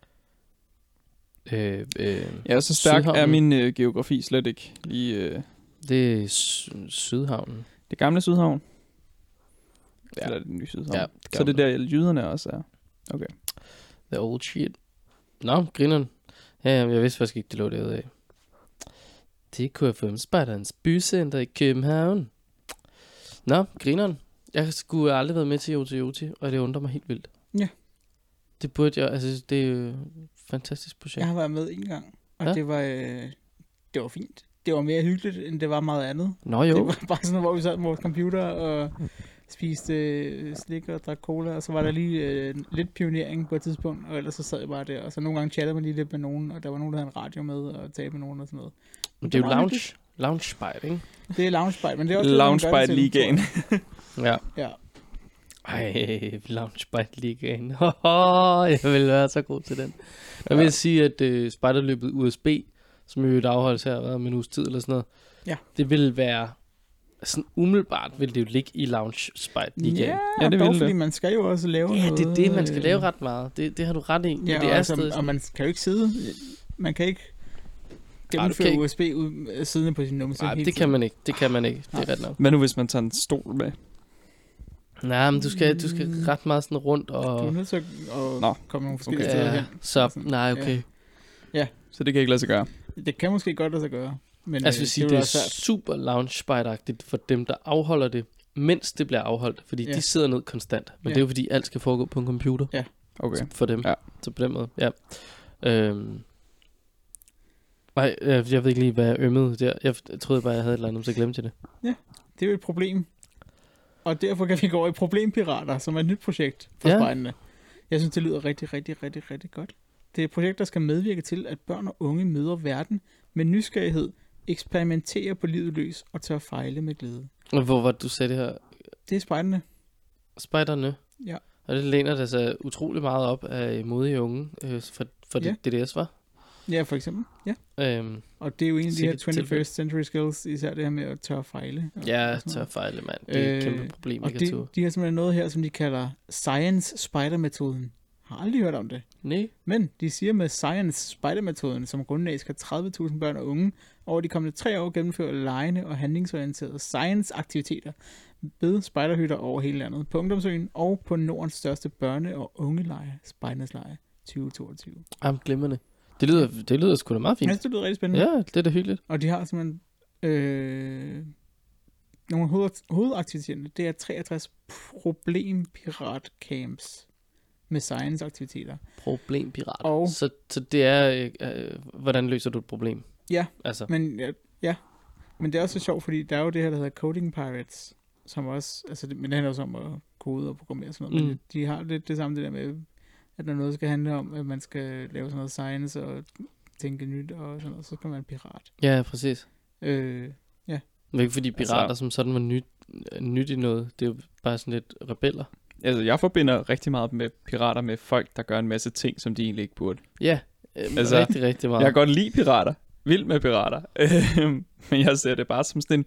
Øh, øh, Ja, så stærk Sydhavnen. er min øh, geografi slet ikke. Lige øh, Det er sy- Sydhavnen. det gamle Sydhavn. Ja. Eller det nye Sydhavn. Ja, Så det er der, jyderne også er. The old shit. Nå, grineren. Ja, jamen, jeg vidste faktisk ikke, det lå derude af. Det er K F M-spejderens bycenter i København. Nå, grineren. Jeg skulle aldrig været med til Jota Joti, og det undrer mig helt vildt. Ja. Det burde jeg, altså det er jo et fantastisk projekt. Jeg har været med en gang, og Ja. ja. det var øh, det var fint. Det det var mere hyggeligt, end det var meget andet. Nå jo. Det var bare sådan, hvor vi sad med vores computer og spiste øh, slik og drak cola, og så var der lige øh, lidt pionering på et tidspunkt, og ellers så sad jeg bare der, og så nogle gange chattede man lige lidt med nogen, og der var nogen, der havde en radio med, og talte med nogen og sådan noget. Men det er jo lounge, lounge spite, ikke? Det er lounge spite, men det er også Lounge spite ligaen. Ja. Ja. Ej, lounge spite ligaen. Jeg vil være så god til den. Jeg vil sige, at uh, spejderløbet U S B, som jo afholdes her om en uges tid eller sådan noget, ja. Det vil være sådan umiddelbart vil det jo ligge i lounge spite ligaen. Ja, ja, det dog, vil fordi det. man skal jo også lave ja, noget. Ja, det er det, man skal lave ret meget. Det, det har du ret i. Men ja, det er altså, stadig og man kan jo ikke sidde, man kan ikke gennemføre U S B ud, siddende på sin numse. Nej, det kan man ikke. Det kan man ikke. Det er ret nok. Hvad nu, hvis man tager en stol med? Nej, men du skal, du skal ret meget sådan rundt og... Du er nødt til at, at Nå. komme nogle forskellige Okay. steder Ja, hen. så, nej, okay. Ja. ja. Så det kan ikke lade sig gøre. Det kan måske godt lade sig gøre. Men Altså, øh, vil sige, det, det er er svært. super lounge spite-agtigt for dem, der afholder det, mens det bliver afholdt. Fordi Ja. de sidder ned konstant. Men Ja. det er jo fordi, alt skal foregå på en computer. Ja. Okay. For dem. Ja. Så på den måde, ja. Øhm. Nej, jeg, jeg ved ikke lige, hvad jeg ømmede der. Jeg troede bare, jeg havde et eller andet, så glemte jeg det. Det er jo et problem. Og derfor kan vi gå over i Problempirater, som er et nyt projekt for Ja. spejderne. Jeg synes, det lyder rigtig, rigtig, rigtig, rigtig godt. Det er et projekt, der skal medvirke til, at børn og unge møder verden med nysgerrighed, eksperimenterer på livet løs og tør fejle med glæde. Og hvor var det, du sagde det her? Det er spejderne. Spejderne. Ja. Og det læner der sig utrolig meget op af modige unge øh, for, for Ja. det D D S, var. Ja, for eksempel. Ja. Øhm, Og det er jo en af de her Sikkert tilfælde. twenty-first century skills, især det her med at tør fejle. Og, ja, og sådan tør noget. fejle, mand. Det er et Øh, kæmpe problem, Og ikke at de, turde. de har simpelthen noget her, som de kalder Science Spider-metoden. Har aldrig hørt om det. Nej. Men de siger med Science Spider-metoden, som grundlag skal tredive tusind børn og unge over de kommende tre år gennemføre legende og handlingsorienterede science-aktiviteter ved spejderhytter over hele landet, på Ungdomsøen og på Nordens største børne- og ungelejr, Spejdernes Lejr tyve toogtyve. Jamen, glimrende. Det lyder, det lyder sgu da meget Jeg fint. synes, det lyder rigtig spændende. Ja, det er da hyggeligt. Og de har simpelthen øh, nogle hoved, hovedaktiviteter. Det er treogtres problempirat-camps med science-aktiviteter. Problempirat. Og- Så, så det er, øh, øh, hvordan løser du et problem? Ja, Altså, Men ja, ja, men det er også så sjovt, fordi der er jo det her, der hedder Coding Pirates, som også, altså det, men det handler også om at kode og programmere og sådan noget, Mm. men de har lidt det samme det der med, at når noget skal handle om, at man skal lave sådan noget science og tænke nyt og sådan noget, så kan man pirat. ja, præcis. Øh, Det er ikke fordi pirater Altså- som sådan var nyt, nyt i noget. Det er jo bare sådan lidt rebeller. Altså, jeg forbinder rigtig meget med pirater med folk, der gør en masse ting, som de egentlig ikke burde. Ja, øh, Altså, altså, rigtig, rigtig meget. Jeg kan godt lide pirater. Vild med pirater. Men jeg ser det bare som sådan en...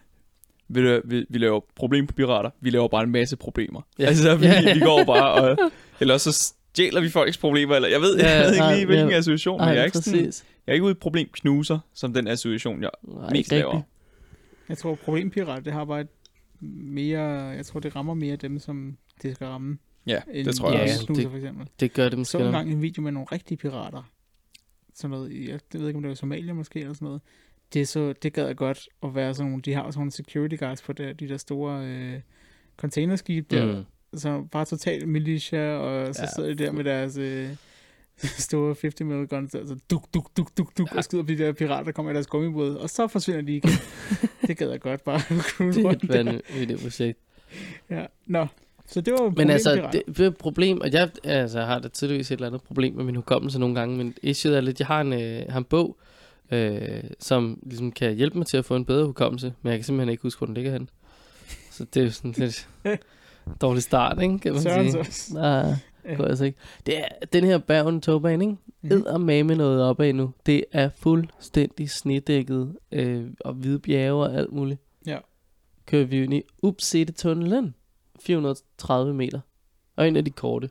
Vi, vi, vi laver problem på pirater. Vi laver bare en masse problemer. Ja. Ja. Altså, vi, Ja. vi går bare og... Eller så stjæler vi folks problemer. Eller, jeg ved, Ja, jeg ved ikke nej, lige, hvilken ja. association. Men Ej, jeg er, ikke sådan, præcis. jeg er ikke ude i problemknuser, som den association, jeg Nej, mest ikke laver. rigtigt. jeg tror, problempirat, det har bare et mere, jeg tror, det rammer mere dem, som det skal ramme. Ja, end det tror jeg Ja, også. snuser, det- for eksempel. Det gør det Jeg måske så nok. engang en video med nogle rigtige pirater. Sådan noget, i- jeg ved ikke, om det var Somalia måske, eller sådan noget. Det, er så, det gad jeg godt at være sådan nogle, de har sådan nogle security guards på der, de der store øh, containerskib der, Mm. så bare totalt militia, og så Ja, ja, sidder de der med deres øh, store halvtreds millimeter guns, der, så duk, duk, duk, duk, duk, Ja. ja. og skyder på de der pirater, der kommer i deres gummibåd, og så forsvinder de igen. Det gad jeg godt bare at cruise Det er rundt et der. vanvittigt projekt. Ja, nå. Så det var Men altså, problempirater. det, det er et problem, og jeg altså, har da tydeligvis et eller andet problem med min hukommelse nogle gange, men issue er lidt, jeg har en, øh, har en bog, øh, som ligesom kan hjælpe mig til at få en bedre hukommelse, men jeg kan simpelthen ikke huske, hvor den ligger hen. Så det er jo sådan lidt dårlig start, ikke, kan man Søren sige. så. Nej, det går altså ikke. Det er den her Bergen togbane, ikke? Mhm. Eddermame noget opad nu. Det er fuldstændig snedækket øh, og hvide bjerge og alt muligt. Ja. Kører vi ind i Upsete-tunnelen. fire hundrede og tredive meter. Og en af de korte.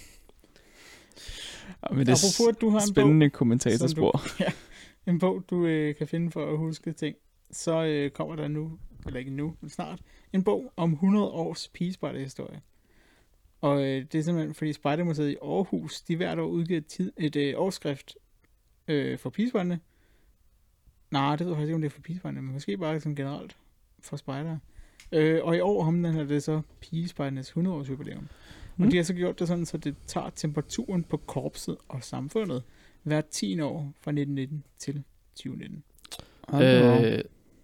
Ja, men det er Apropos, at du har en spændende bog, kommentatorspor. ja, en bog, du øh, kan finde for at huske ting, så øh, kommer der nu, eller ikke nu, men snart, en bog om hundrede års pigespejderhistorie. Og øh, det er simpelthen, fordi Spejdermuseet i Aarhus, de hvert år udgiver et, tid, et øh, årsskrift øh, for pigespejderne. Nej, det ved jeg faktisk ikke, om det er for pigespejderne, men måske bare sådan generelt for spejdere. Øh, og i år omhandler det så pigespejdernes hundrede års jubilæum. Mm. Og de har så gjort det sådan, så det tager temperaturen på korpset og samfundet hvert tiende år fra nitten nitten til tyve nitten. Øh,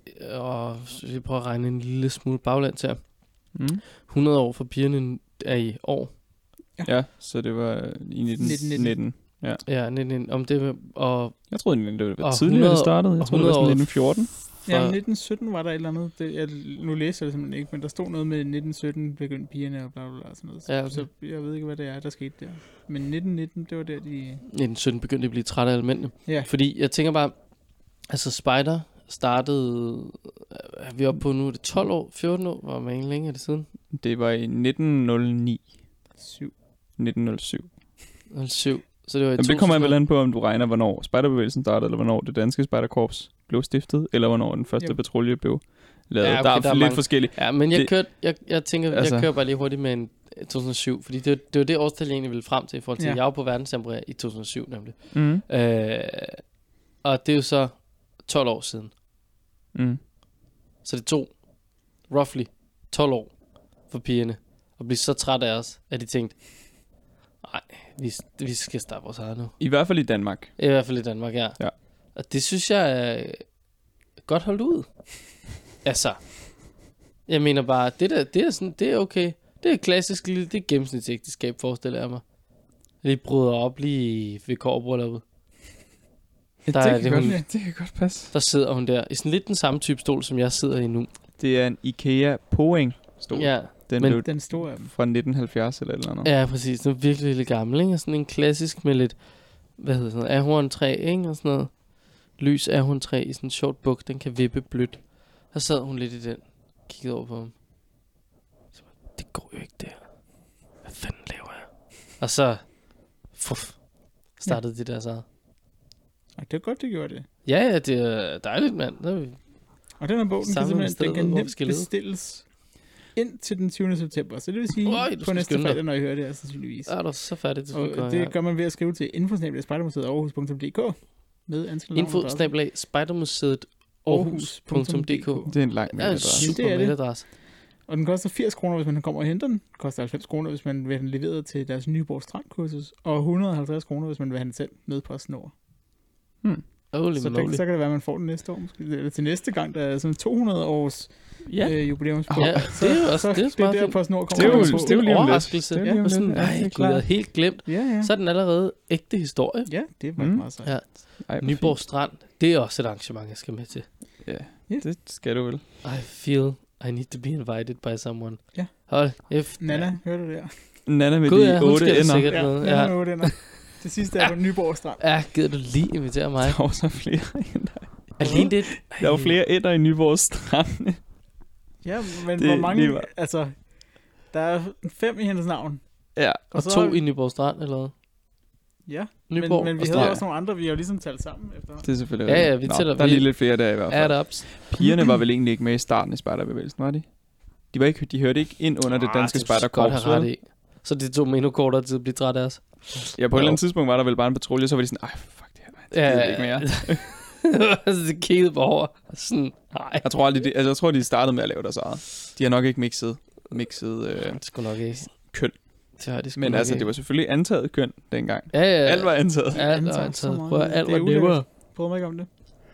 og vi prøver at regne en lille smule baglæns her. Mm. hundrede år for pigerne er i år. Ja, så det var i nitten nitten. Ja. Ja, nitten, om det og Jeg troede egentlig, det var og tidligere, hundrede det startede. Jeg troede, det var sådan nitten fjorten. Ja, nitten sytten var der et eller andet. Det, jeg, nu læser jeg det simpelthen ikke, men der stod noget med nitten sytten begyndte pigerne og bla bla bla og sådan noget. Ja, okay. Så jeg ved ikke, hvad det er, der skete der. Men nitten nitten, det var der, de... nitten sytten begyndte at blive træt af elementerne. Ja. Fordi jeg tænker bare, altså Spider startede, er vi oppe på nu, er det tolv år, fjorten år, hvor man ikke længe er det siden? Det var i nitten nul ni. syv. nitten nul syv. nul syv. Så det var i Jamen, det kommer vel an på, om du regner, hvornår spejderbevægelsen startede, eller hvornår det danske spejderkorps blev stiftet, eller hvornår den første Yep. patrulje blev lavet. Ja, okay, der er, der er lidt mange. forskelligt. Ja, men jeg, Det- kørte, jeg, jeg tænker, altså, Altså- jeg kører bare lige hurtigt med en to tusind og syv, fordi det, var- det var det årstal, jeg egentlig ville frem til, i forhold til, Ja. ja. jeg var på verdenstemperer i to tusind og syv nemlig. Mm. Øh, og det er jo så tolv år siden. Mm. Så det tog roughly tolv år for pigerne at blive så træt af os, at de tænkte, nej, vi, vi skal starte vores eget nu. I hvert fald i Danmark. I hvert fald i Danmark, ja. Ja. Og det synes jeg er godt holdt ud. Altså, jeg mener bare, det der, det er sådan, det er okay. Det er et klassisk lille, det er gennemsnitsægteskab, forestiller jeg mig. Lige bryder op lige ved kårbrylluppet. Ja, Der det, er kan det, godt, hun- det kan godt passe. Der sidder hun der, i sådan lidt den samme type stol, som jeg sidder i nu. Det er en IKEA Poing stol. Ja, Den men- blev Den store af dem. fra nitten halvfjerds eller et eller andet. ja, præcis. Den er virkelig lidt gammel, ikke? Og sådan en klassisk med lidt, hvad hedder sådan noget, ahorntræ, ikke? Og sådan noget lys ahorntræ i sådan en short buk, den kan vippe blødt. Så sad hun lidt i den, kiggede over på ham. Så, det går jo ikke der. Hvad fanden laver jeg? Og så, fuff, startede ja. de der så. Og det er godt, det gjorde det. Ja, ja, det er dejligt, mand. Der er vi. Og den her bog, den kan Samle simpelthen, stedet, den kan hvor vi nemt skal lede. bestilles ind til den tyvende september. Så det vil sige, Øj, du på skal næste skynde dig. fredag, når I hører det her, sandsynligvis. Er du så færdig til at Og det gør man ved at skrive til infosnabel spejdermuseet aarhus punktum d k med anskrevet navn og Info adresse. snabel-a spejdermuseet aarhus punktum d k. Det er en lang Ja, mailadresse. super Det er det. mailadresse. Og den koster firs kroner, hvis man kommer og henter den. Den koster halvfems kroner, hvis man vil have den leveret til deres Nyborg Strandkursus. Og et hundrede og halvtreds kroner, hvis man vil have den selv med på snor. Holy Så, moly. det, så kan det være, at man får den næste år. Måske. Eller til næste gang, der er sådan to hundrede års Ja. øh, jubilæumsbog. Ja, det er jo også- så, det er jo det smart er der fint. på snor Det er kommer jo- den på. det er jo lige om lidt. overraskelse. Det er Ja, lige om og sådan, lidt. Ja, nej, det er jeg klart. havde helt glemt. Ja, ja. Så er den allerede ægte historie. Ja, det er faktisk Mm. meget sejt. Ja. Ej, hvor Nyborg Strand, det er også et arrangement, jeg skal med til. Ja, Ja. det skal du vel. I feel I need to be invited by someone. Ja. Hold efter. Nana, hører du det her? Nana med Gud, de ja, hun otte skal da ender. sikkert Ja, med. Nana Ja. med otte ender. Det sidste er på Nyborg Strand. Ja, gider du lige invitere mig? Der var så flere ender. Alene det. Der var flere ender i Nyborg Strand. Ja, men Det- hvor mange... det var- Altså, der er fem i hendes navn. Ja. Og så to har vi- i Nyborg Strand, eller hvad? Ja, Nyborg men, men vi og havde Strand. også nogle andre, vi har jo ligesom talt sammen efter. Det er selvfølgelig Ja, rigtigt. ja, vi Nå, tæller- Der er vi- lige lidt flere der i hvert fald. Add ups. Pigerne var vel egentlig ikke med i starten i spejderbevægelsen, var de? De, var ikke, de hørte ikke ind under det Ah, danske det er godt spejderkorps, have ret vel? i. Så det tog mig endnu kortere tid at blive træt af os. Ja, på et eller andet tidspunkt var der vel bare en patrulje, så var de sådan, ej, fuck det her, man, det gider vi ikke mere. Altså, det kiggede på over. Sådan, nej. Jeg tror aldrig, de, altså, jeg tror, de startede med at lave deres eget. De har nok ikke mixet, mixet øh, Det skulle nok ikke. køn. Det har de sgu Men nok altså, ikke. det var selvfølgelig antaget køn dengang. Ja, ja. Alt var antaget. Ja, alt var Antaget så antaget. meget. Prøv at alt Det er var ulækkert. nemmere. Prøv mig ikke om det.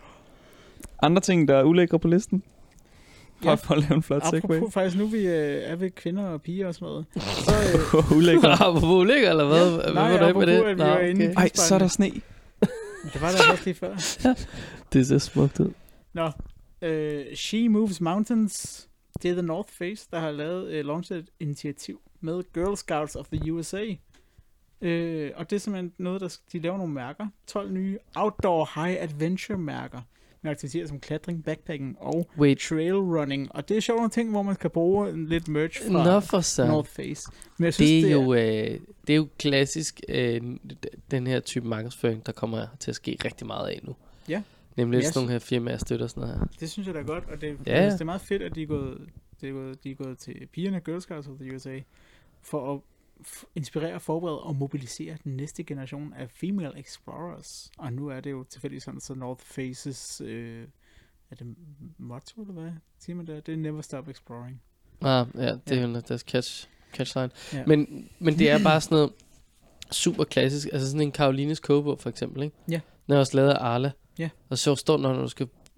Andre ting, der er ulækre på listen. Bare Ja. for at lave en flot segway. Apropos faktisk nu, vi øh, er ved kvinder og piger og sådan noget. Så, øh, ulækre. Apropos ulækker, eller hvad? Ja, Hvad nej, var du ikke med apropos, det? at vi Nå, var inde i- okay. Ej, så er der sne. det var der først lige før. Det ser smukt ud. Nå, øh, She Moves Mountains. Det er The North Face, der har lavet øh, launchet et initiativ med Girl Scouts of the U S A. Øh, og det er simpelthen noget, der de laver nogle mærker. tolv nye Outdoor High Adventure mærker. Med aktiviteter som klatring, backpacking og Wait. trail running. Og det er sjovt nogle ting, hvor man kan bruge en lidt merch fra Nå for så. North Face. Men jeg synes, Det er, jo, øh, det er jo klassisk øh, den her type markedsføring, der kommer til at ske rigtig meget af nu. Ja. Nemlig Yes. sådan nogle her firmaer støtter sådan noget her. Det synes jeg da er godt, og det, Ja. ja. det er meget fedt, at de er gået, det er gået, de er gået til pigerne, Girl Scouts of the U S A, for at f- inspirere, forberede og mobilisere den næste generation af female explorers. Og nu er det jo tilfældigvis sådan, så North Faces, øh, er det motto, eller hvad siger man der? Det er Never Stop Exploring. Ah, ja, det er Ja. jo deres catch, catchline. Ja. Men, men det er bare sådan noget super klassisk. Altså sådan en Karolines kogebog for eksempel, ikke? Ja. Den er også lavet af Arla. Ja. Og så står den, når du skal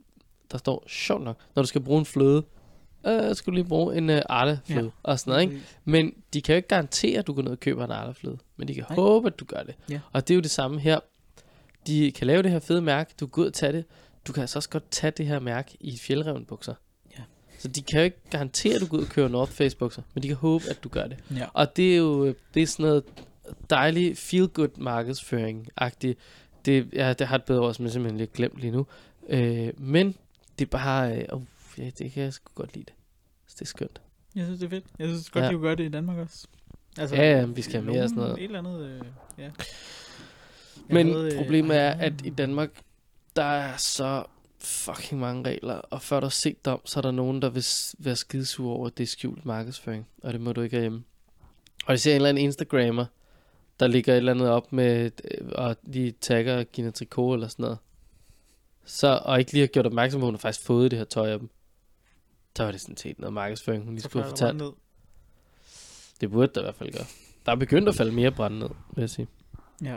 der står, sjovt nok, når du skal bruge en fløde, øh, skal du lige bruge en øh, artefløde, ja. og sådan noget, ikke? Men de kan jo ikke garantere, at du går ned og køber en artefløde, men de kan Nej. håbe, at du gør det. Ja. Og det er jo det samme her. De kan lave det her fede mærke, du kan gå ud og tage det, du kan altså også godt tage det her mærke i fjeldreven bukser. Ja. Så de kan jo ikke garantere, at du går ud og køber North Face bukser, men de kan håbe, at du gør det. Ja. Og det er jo det er sådan noget dejlig feel-good markedsføring-agtigt. Det, ja, det har et bedre ord, som jeg simpelthen lidt glemt lige nu. Øh, men det er bare, øh, oh, ja, det kan jeg sgu godt lide det. Så det er skønt. Jeg synes, det er fedt. Jeg synes godt, ja. de kunne gøre det i Danmark også. Altså, ja, ja, vi skal have mere sådan noget. Et eller andet, øh, ja. Men ved, problemet øh, er, at i Danmark, der er så fucking mange regler, og før du har set dem, så er der nogen, der vil være skidesure over, at det er skjult markedsføring, og det må du ikke have hjemme. Og jeg ser en eller anden Instagrammer, der ligger et eller andet op med, og de tagger Gina Tricot eller sådan noget, så, og ikke lige har gjort opmærksom på, at hun har faktisk fået det her tøj af dem. Så var det sådan set noget markedsføring, hun lige skulle have fortalt. Det burde der i hvert fald gøre. Der er begyndt at falde mere brand ned, vil jeg sige. Ja.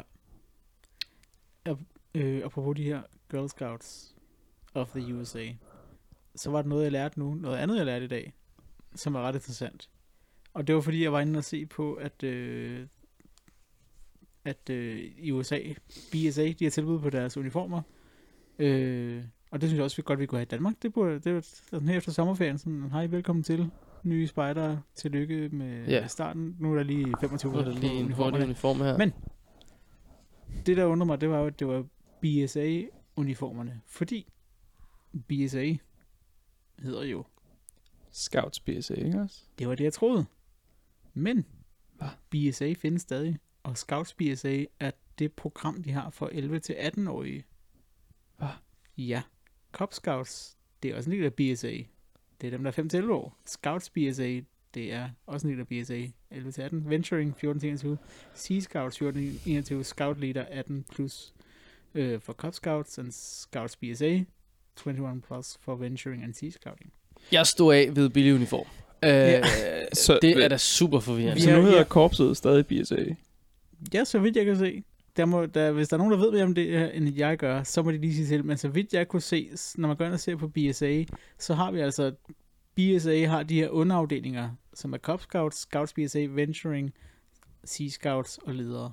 Øh, apropos de her Girl Scouts of the U S A, så var det noget, jeg lærte nu, noget andet, jeg lærte i dag, som er ret interessant. Og det var, fordi jeg var inde og se på, at, øh, at øh, i U S A, B S A, de har tilbud på deres uniformer. Øh, og det synes jeg også, vi godt vi kunne have i Danmark. Det burde, det var sådan her efter sommerferien, sådan, hej, velkommen til nye spejdere, tillykke med yeah. starten. Nu er der lige femogtyve nu er der lige en hurtig uniform her. Men det, der undrer mig, det var jo, at det var B S A-uniformerne. Fordi B S A hedder jo Scouts B S A, ikke også? Det var det, jeg troede. Men Hva? B S A findes stadig. Og Scouts B S A er det program, de har for elleve til atten-årige. Hvad? Ja. Cub Scouts, det er også en del af B S A. Det er dem, der er fem til elleve år. Scouts B S A, det er også en del af B S A. elleve til atten. Venturing, fjorten til enogtyve. Sea Scouts, fjorten til enogtyve. Scout Leader, atten plus øh, for Cub Scouts. And Scouts B S A, enogtyve plus for Venturing and Sea Scouting. Jeg stod af ved billig uniform. Øh, ja. Så, det er da super forvirrende. Så nu hedder korpset stadig B S A? Ja, så vidt jeg kan se. Der må, der, hvis der er nogen, der ved mere om det her, end jeg gør, så må de lige sige til. Men så vidt jeg kunne se, når man går ind og ser på B S A, så har vi altså, B S A har de her underafdelinger, som er Cub Scouts, Scouts B S A, Venturing, Sea Scouts og ledere.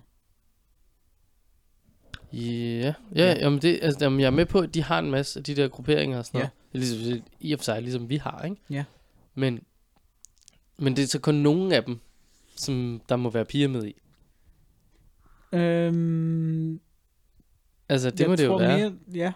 Yeah. Ja, ja, jamen det, altså, jamen jeg er med på, at de har en masse af de der grupperinger og sådan ja. noget. Det er ligesom, i og for sig, ligesom vi har, ikke? Ja. Men, men det er så kun nogle af dem, som der må være piger med i. Øhm, altså, det må det jo være. Mere, ja.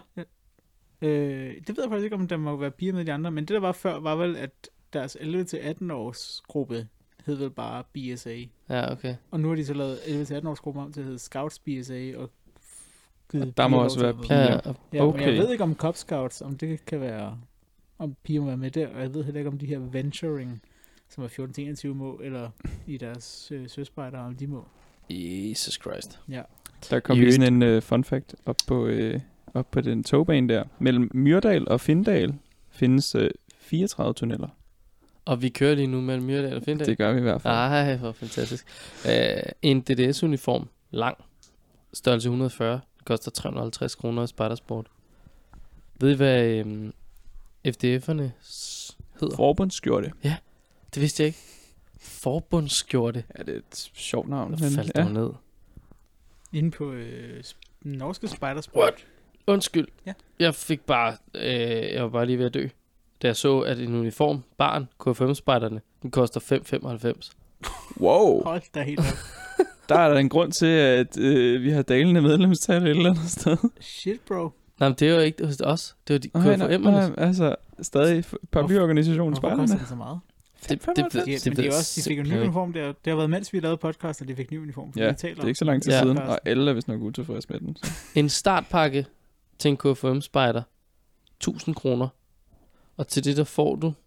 Øh, det ved jeg faktisk ikke, om der må være piger med i de andre, men det der var før, var vel, at deres elleve til atten års gruppe hed vel bare B S A. Ja, okay. Og nu har de så lavet elleve til atten års gruppe om til at hedde Scouts B S A, og og der må også være piger. Ja, ja, okay. Men jeg ved ikke om Cub Scouts, om det kan være, om piger må være med der, og jeg ved heller ikke om de her Venturing, som er fjorten til enogtyve må, eller i deres øh, søspejder, om de må. Jesus Christ. Ja. Der kom jo en uh, fun fact op på, uh, op på den togbane der. Mellem Myrdal og Findal findes uh, fireogtredive tunneller. Og vi kører lige nu mellem Myrdal og Findal? Det gør vi i hvert fald. Ej, hvor fantastisk. Uh, en D D S-uniform, lang, størrelse et hundrede og fyrre, koster tre hundrede og halvtreds kroner i Spejdersport. Ved I, hvad um, F D F'erne hedder? Forbundsskjorte. Ja, det vidste jeg ikke. Forbundsskjorte. Ja, det er et sjovt navn. Der faldt ja. ned. Inde på øh, norske Spejdersport. Undskyld. Ja. Jeg fik bare, øh, jeg var bare lige ved at dø, da jeg så, at en uniform, barn, K F M-spejderne, den koster fem komma femoghalvfems. Wow. Hold da helt op. Der er der en grund til, at øh, vi har dalende medlemstal et eller andet sted. Shit, bro. Nej, men det er jo ikke hos os. Det var de K F M'erne. Altså, stadig paraplyorganisationen Spejderne. Hvorfor koster det så meget? Det, det, det, det, de, det, men de, også, de fik en ny uniform. Det har, det har været, mens vi lavede podcast, at de fik ny uniform. Ja, det er ikke så lang tid ja. siden, og alle er vist nok utilfredse med den. Så. En startpakke til en K F M-spejder, tusind kroner. Og til det, der får du,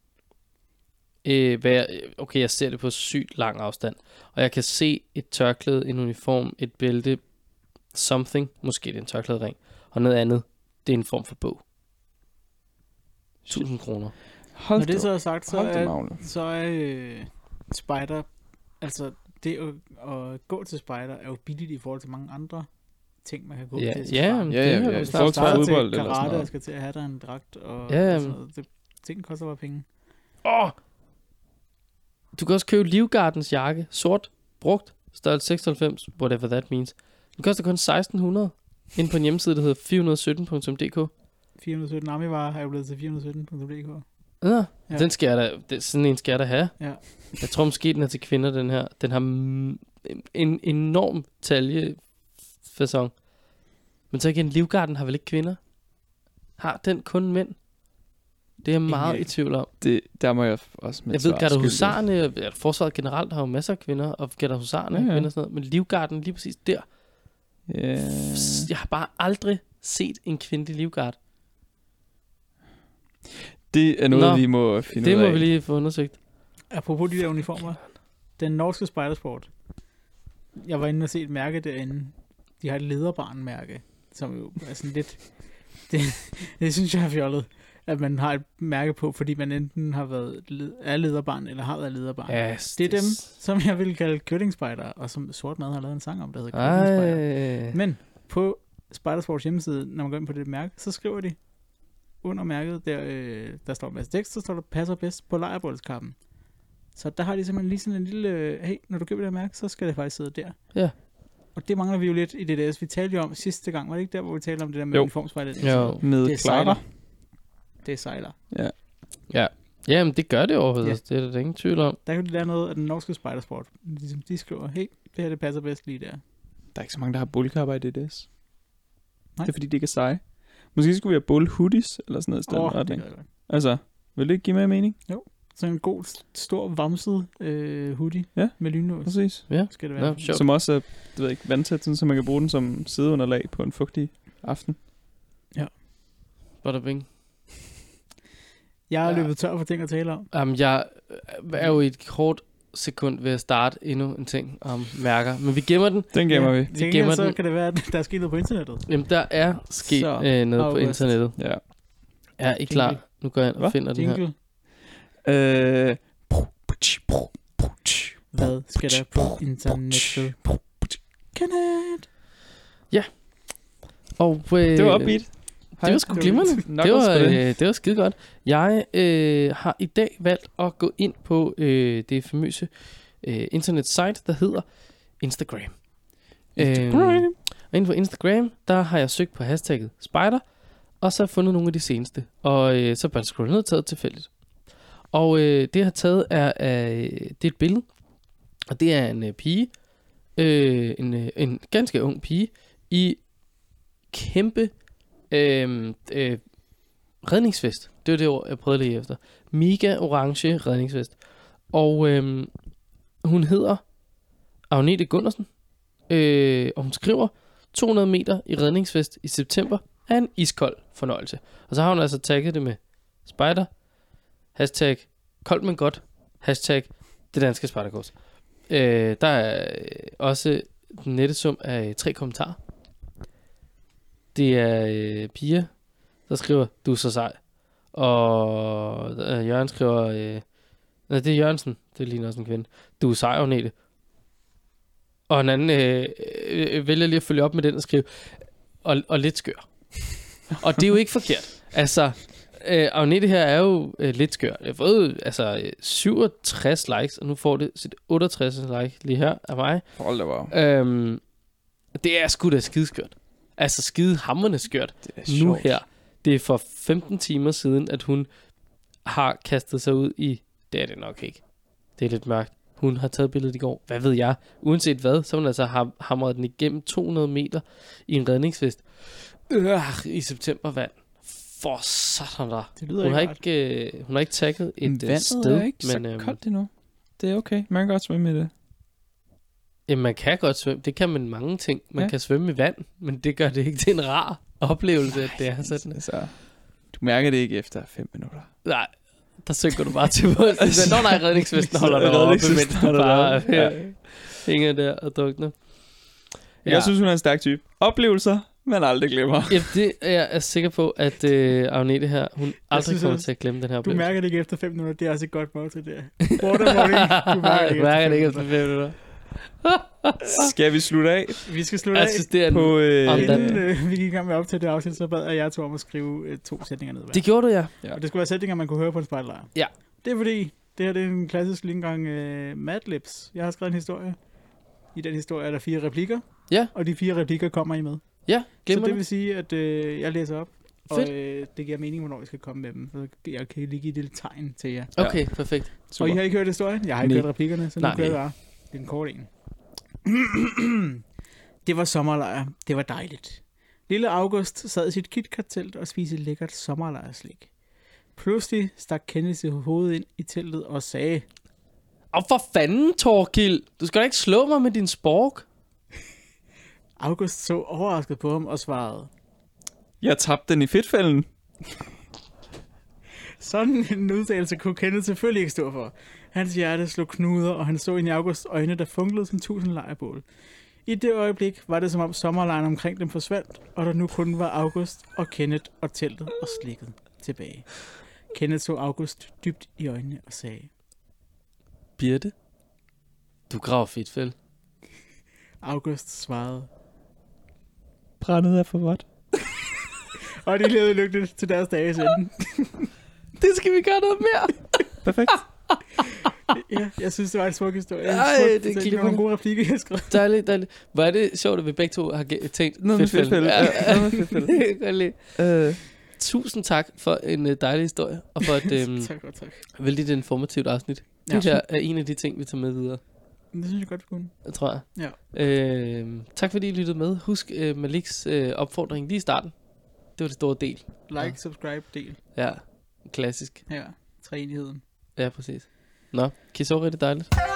øh, hvad jeg, okay, jeg ser det på sygt lang afstand, og jeg kan se et tørklæde, en uniform, et bælte, something, måske det er en tørklædering, og noget andet, det er en form for bog. tusind kroner. Hold Når det så er sagt, så er, så er øh, spejder, altså det at, at gå til spejder er jo billigt i forhold til mange andre ting, man kan gå Ja, til. ja, Ja, det ja, er ja. jo I Hvis snart forhold du til starter fodbold til eller sådan karate noget. og skal til at have dig en dragt og, Ja, og sådan noget. Det, ting koster bare penge. Åh! Du kan også købe Livgardens jakke, sort, brugt, størrelse seksoghalvfems, whatever that means. Den koster kun seksten hundrede, inde på en hjemmeside, der hedder fire hundrede sytten punktum d k. fire hundrede sytten Amivarer er jo blevet til fire hundrede sytten punktum d k. Ja, Ja. ja. Den skal jeg da, det, sådan en skal jeg da have. Ja. Jeg tror måske, den er til kvinder, den her. Den har mm, en enorm taljefasong. Men så igen, Livgarden har vel ikke kvinder? Har den kun mænd? Det er jeg meget Ingen i tvivl om. Det, der må jeg også med Jeg et ved, svar Garda skyldig. Husarne, ja, forsvaret generelt har jo masser af kvinder, og Garda Husarne Ja, ja, ja. kvinder og sådan noget. Men Livgarden lige præcis der. Ja. Jeg har bare aldrig set en kvindelig Livgard. Det er noget, Nå, vi må finde Det ud må af. vi lige få undersøgt. Apropos de der uniformer. Den norske Spidersport. Jeg var inde og se et mærke derinde. De har et lederbarn-mærke, som jo er sådan lidt... Det, det synes jeg er fjollet, at man har et mærke på, fordi man enten har været led, er lederbarn, eller har været lederbarn. Yes, Det er dem, som jeg vil kalde Køttingspejder, og som Sort Mad har lavet en sang om, der hedder Køttingspejder. Ej. Men på Spidersports hjemmeside, når man går ind på det mærke, så skriver de under mærket, der, øh, der står en masse tekst, så står der passer bedst på lejrbålskappen. Så der har de simpelthen lige sådan en lille, øh, hey, når du køber det her mærke, så skal det faktisk sidde der. Ja. Og det mangler vi jo lidt i det der, vi talte jo om sidste gang, var det ikke der, hvor vi talte om det der med Jo. uniformsvejledning? Jo. Med Det er Clara. sejler. Det er sejler. Ja. Ja. Jamen, det gør det overhovedet. Ja. Ja. Det er der da ingen tvivl om. Der kan du lære noget af den norske Spidersport. Ligesom de skriver, hey, det her det passer bedst lige der. Der er ikke så mange, der har bullkapper i D D S. Nej. Det er fordi, de ikke er seje. Måske skulle vi have bull hoodies, eller sådan noget i stedet. Åh, Oh, det gør jeg godt. altså, vil det ikke give mere mening? Så en god, stor, vamset øh, hoodie Ja. med lynlås. Præcis. Ja. Skal det være. Nå, sjovt. Som også er, det ved jeg ikke, vandtæt, sådan, så man kan bruge den som sideunderlag på en fugtig aften. Bada bing. Jeg har Ja. løbet tør for ting at tale om. Jamen, jeg er jo i et kort sekund ved at starte endnu en ting om mærker. Men vi gemmer den. Den gemmer Ja. vi. Til gemmer gengæld så den. kan det være, at der er sket noget på internettet. Jamen, der er sket Så, øh, noget på August. internettet. Ja. Er I klar? Jingle. Nu går jeg ind og Hvad? finder den her. Jingle. Øh, Hvad skal der på internettet? Kenneth! Og, øh, det var upbeat. Det var sgu glimrende. Det Knuckles var, på det. øh, det var skide godt. Jeg øh, har i dag valgt at gå ind på øh, det famøse øh, internetsite, der hedder Instagram. Instagram. Øhm, og inde på Instagram, der har jeg søgt på hashtagget spider, og så har jeg fundet nogle af de seneste. Og øh, så bare scrollet ned og taget tilfældigt. Og øh, det jeg har taget er, er det er et billede, og det er en øh, pige, øh, en, øh, en ganske ung pige, i kæmpe øh, øh, redningsvest. Det var det ord, jeg prøvede lige efter. Mega orange redningsvest. Og øh, hun hedder Agnete Gundersen, øh, og hun skriver, to hundrede meter i redningsvest i september er en iskold fornøjelse. Og så har hun altså tagget det med spider, hashtag koldt men godt, hashtag det danske spejderkurs. Øh, der er øh, også den nette sum af tre kommentarer. Det er øh, Pia, der skriver, du er så sej. Og øh, Jørgen skriver, øh, nej, det er Jørgensen, det ligner også en kvinde. Du er sej, Agnete. Og en anden øh, øh, vælger lige at følge op med den og skrive, og, og lidt skør. Og det er jo ikke forkert. Altså, øh, Agnete her er jo øh, lidt skør. Jeg har fået altså, øh, syvogtres likes, og nu får det sit otteogtres like lige her af mig. Hold da wow. Øhm, det er sgu da skideskørt. Altså skide hamrende skørt. Det er Nu sjovt. her. Det er for femten timer siden, at hun har kastet sig ud i... Det er det nok ikke. Det er lidt mørkt. Hun har taget billedet i går. Hvad ved jeg? Uanset hvad, så har hun altså ham- hamret den igennem to hundrede meter i en redningsvest. Øh, I septembervand. For sådan der. Det lyder Hun har ikke ret. ikke, øh, hun har ikke tagget et Men øh, vandet sted. er ikke så øhm, koldt endnu. Det er okay. Man kan godt svømme i det. Jamen, man kan godt svømme. Det kan man mange ting. Man Ja. kan svømme i vand, men det gør det ikke til en rar oplevelse, at det er sådan. Altså, du mærker det ikke efter fem minutter. Nej, der synker du bare til bunds. Nå nej, redningsvesten holder dig oppe, Redningsvesten mens du holder dig bare oppe, ja. øh, hænger der og drukner. Ja. Jeg synes, hun er en stærk type. Oplevelser, man aldrig glemmer. Ja, det er jeg er sikker på, at øh, Agnete her, hun aldrig synes kommer også, til at glemme den her Du oplevelse. mærker det ikke efter fem minutter. Det er altså et godt mål til det. Waterboarding. Du mærker det ikke mærker det ikke efter efter fem fem minutter. Skal vi slutte af Vi skal slutte Jeg af. synes, det er på... Øh, Om den- Inden øh, vi gik i gang med op til det afsnit, så bad jeg jer to om at skrive øh, to sætninger ned hver. Det gjorde du, ja. Ja. Og det skulle være sætninger, man kunne høre på en spejllejr. Ja. Det er fordi, det her det er en klassisk lingang øh, Mad Libs. Jeg har skrevet en historie. I den historie er der fire replikker. Ja. Og de fire replikker kommer I med. Ja, Så glemmer det det. vil sige, at øh, jeg læser op. Fedt. Og øh, det giver mening, hvornår vi skal komme med dem. Så jeg kan lige give et lille tegn til jer. Okay, perfekt. super. Og I har ikke hørt historien? Jeg har ikke Nej. hørt replikkerne, så nu Nej. kører jeg bare. Det er en kort en. Det var sommerlejr. Det var dejligt. Lille August sad i sit KitKat-telt og spiste lækkert sommerlejrslik. Pludselig stak Kenneth sit hoved ind i teltet og sagde, Og for fanden, Torkild. Du skal da ikke slå mig med din spork. August så overrasket på ham og svarede, Jeg tabte den i fedtfælden. sådan en udtalelse kunne Kenneth selvfølgelig ikke stå for. Hans hjerte slog knuder, og han så ind i Augusts øjne, der funklede som tusind lejrbål. I det øjeblik var det som om sommerlejren omkring dem forsvandt, og der nu kun var August og Kenneth og teltet og slikket tilbage. Kenneth så August dybt i øjnene og sagde, Birte, du graver fedtfæld. August svarede, Brændet er for vådt. og de levede lykkeligt til deres dages ende. Det skal vi gøre noget mere. Perfekt. Ja, jeg synes, det var en smuk historie. Ej, Smuk, det er det er glimrende. nogle gode replikker, jeg skrev. Dejligt, dejligt. Hvor er det sjovt, at vi begge to har ge- tænkt Noget med fedtfæld. fedtfæld. Ja, ja. Noget med fedtfæld. Det kan jeg godt lide. Øh, Tusind tak for en uh, dejlig historie, og for et øhm, tak, godt, tak. vældig informativt afsnit. Ja. Det her er en af de ting, vi tager med videre, Det synes jeg godt, vi kunne. jeg tror jeg. Ja. Øh, tak fordi I lyttede med. Husk uh, Maliks uh, opfordring lige i starten. Det var det store del. Like, Ja. subscribe, del. Ja, klassisk. Ja, treenigheden. Ja, præcis. Nå, kan I sove rigtig dejligt?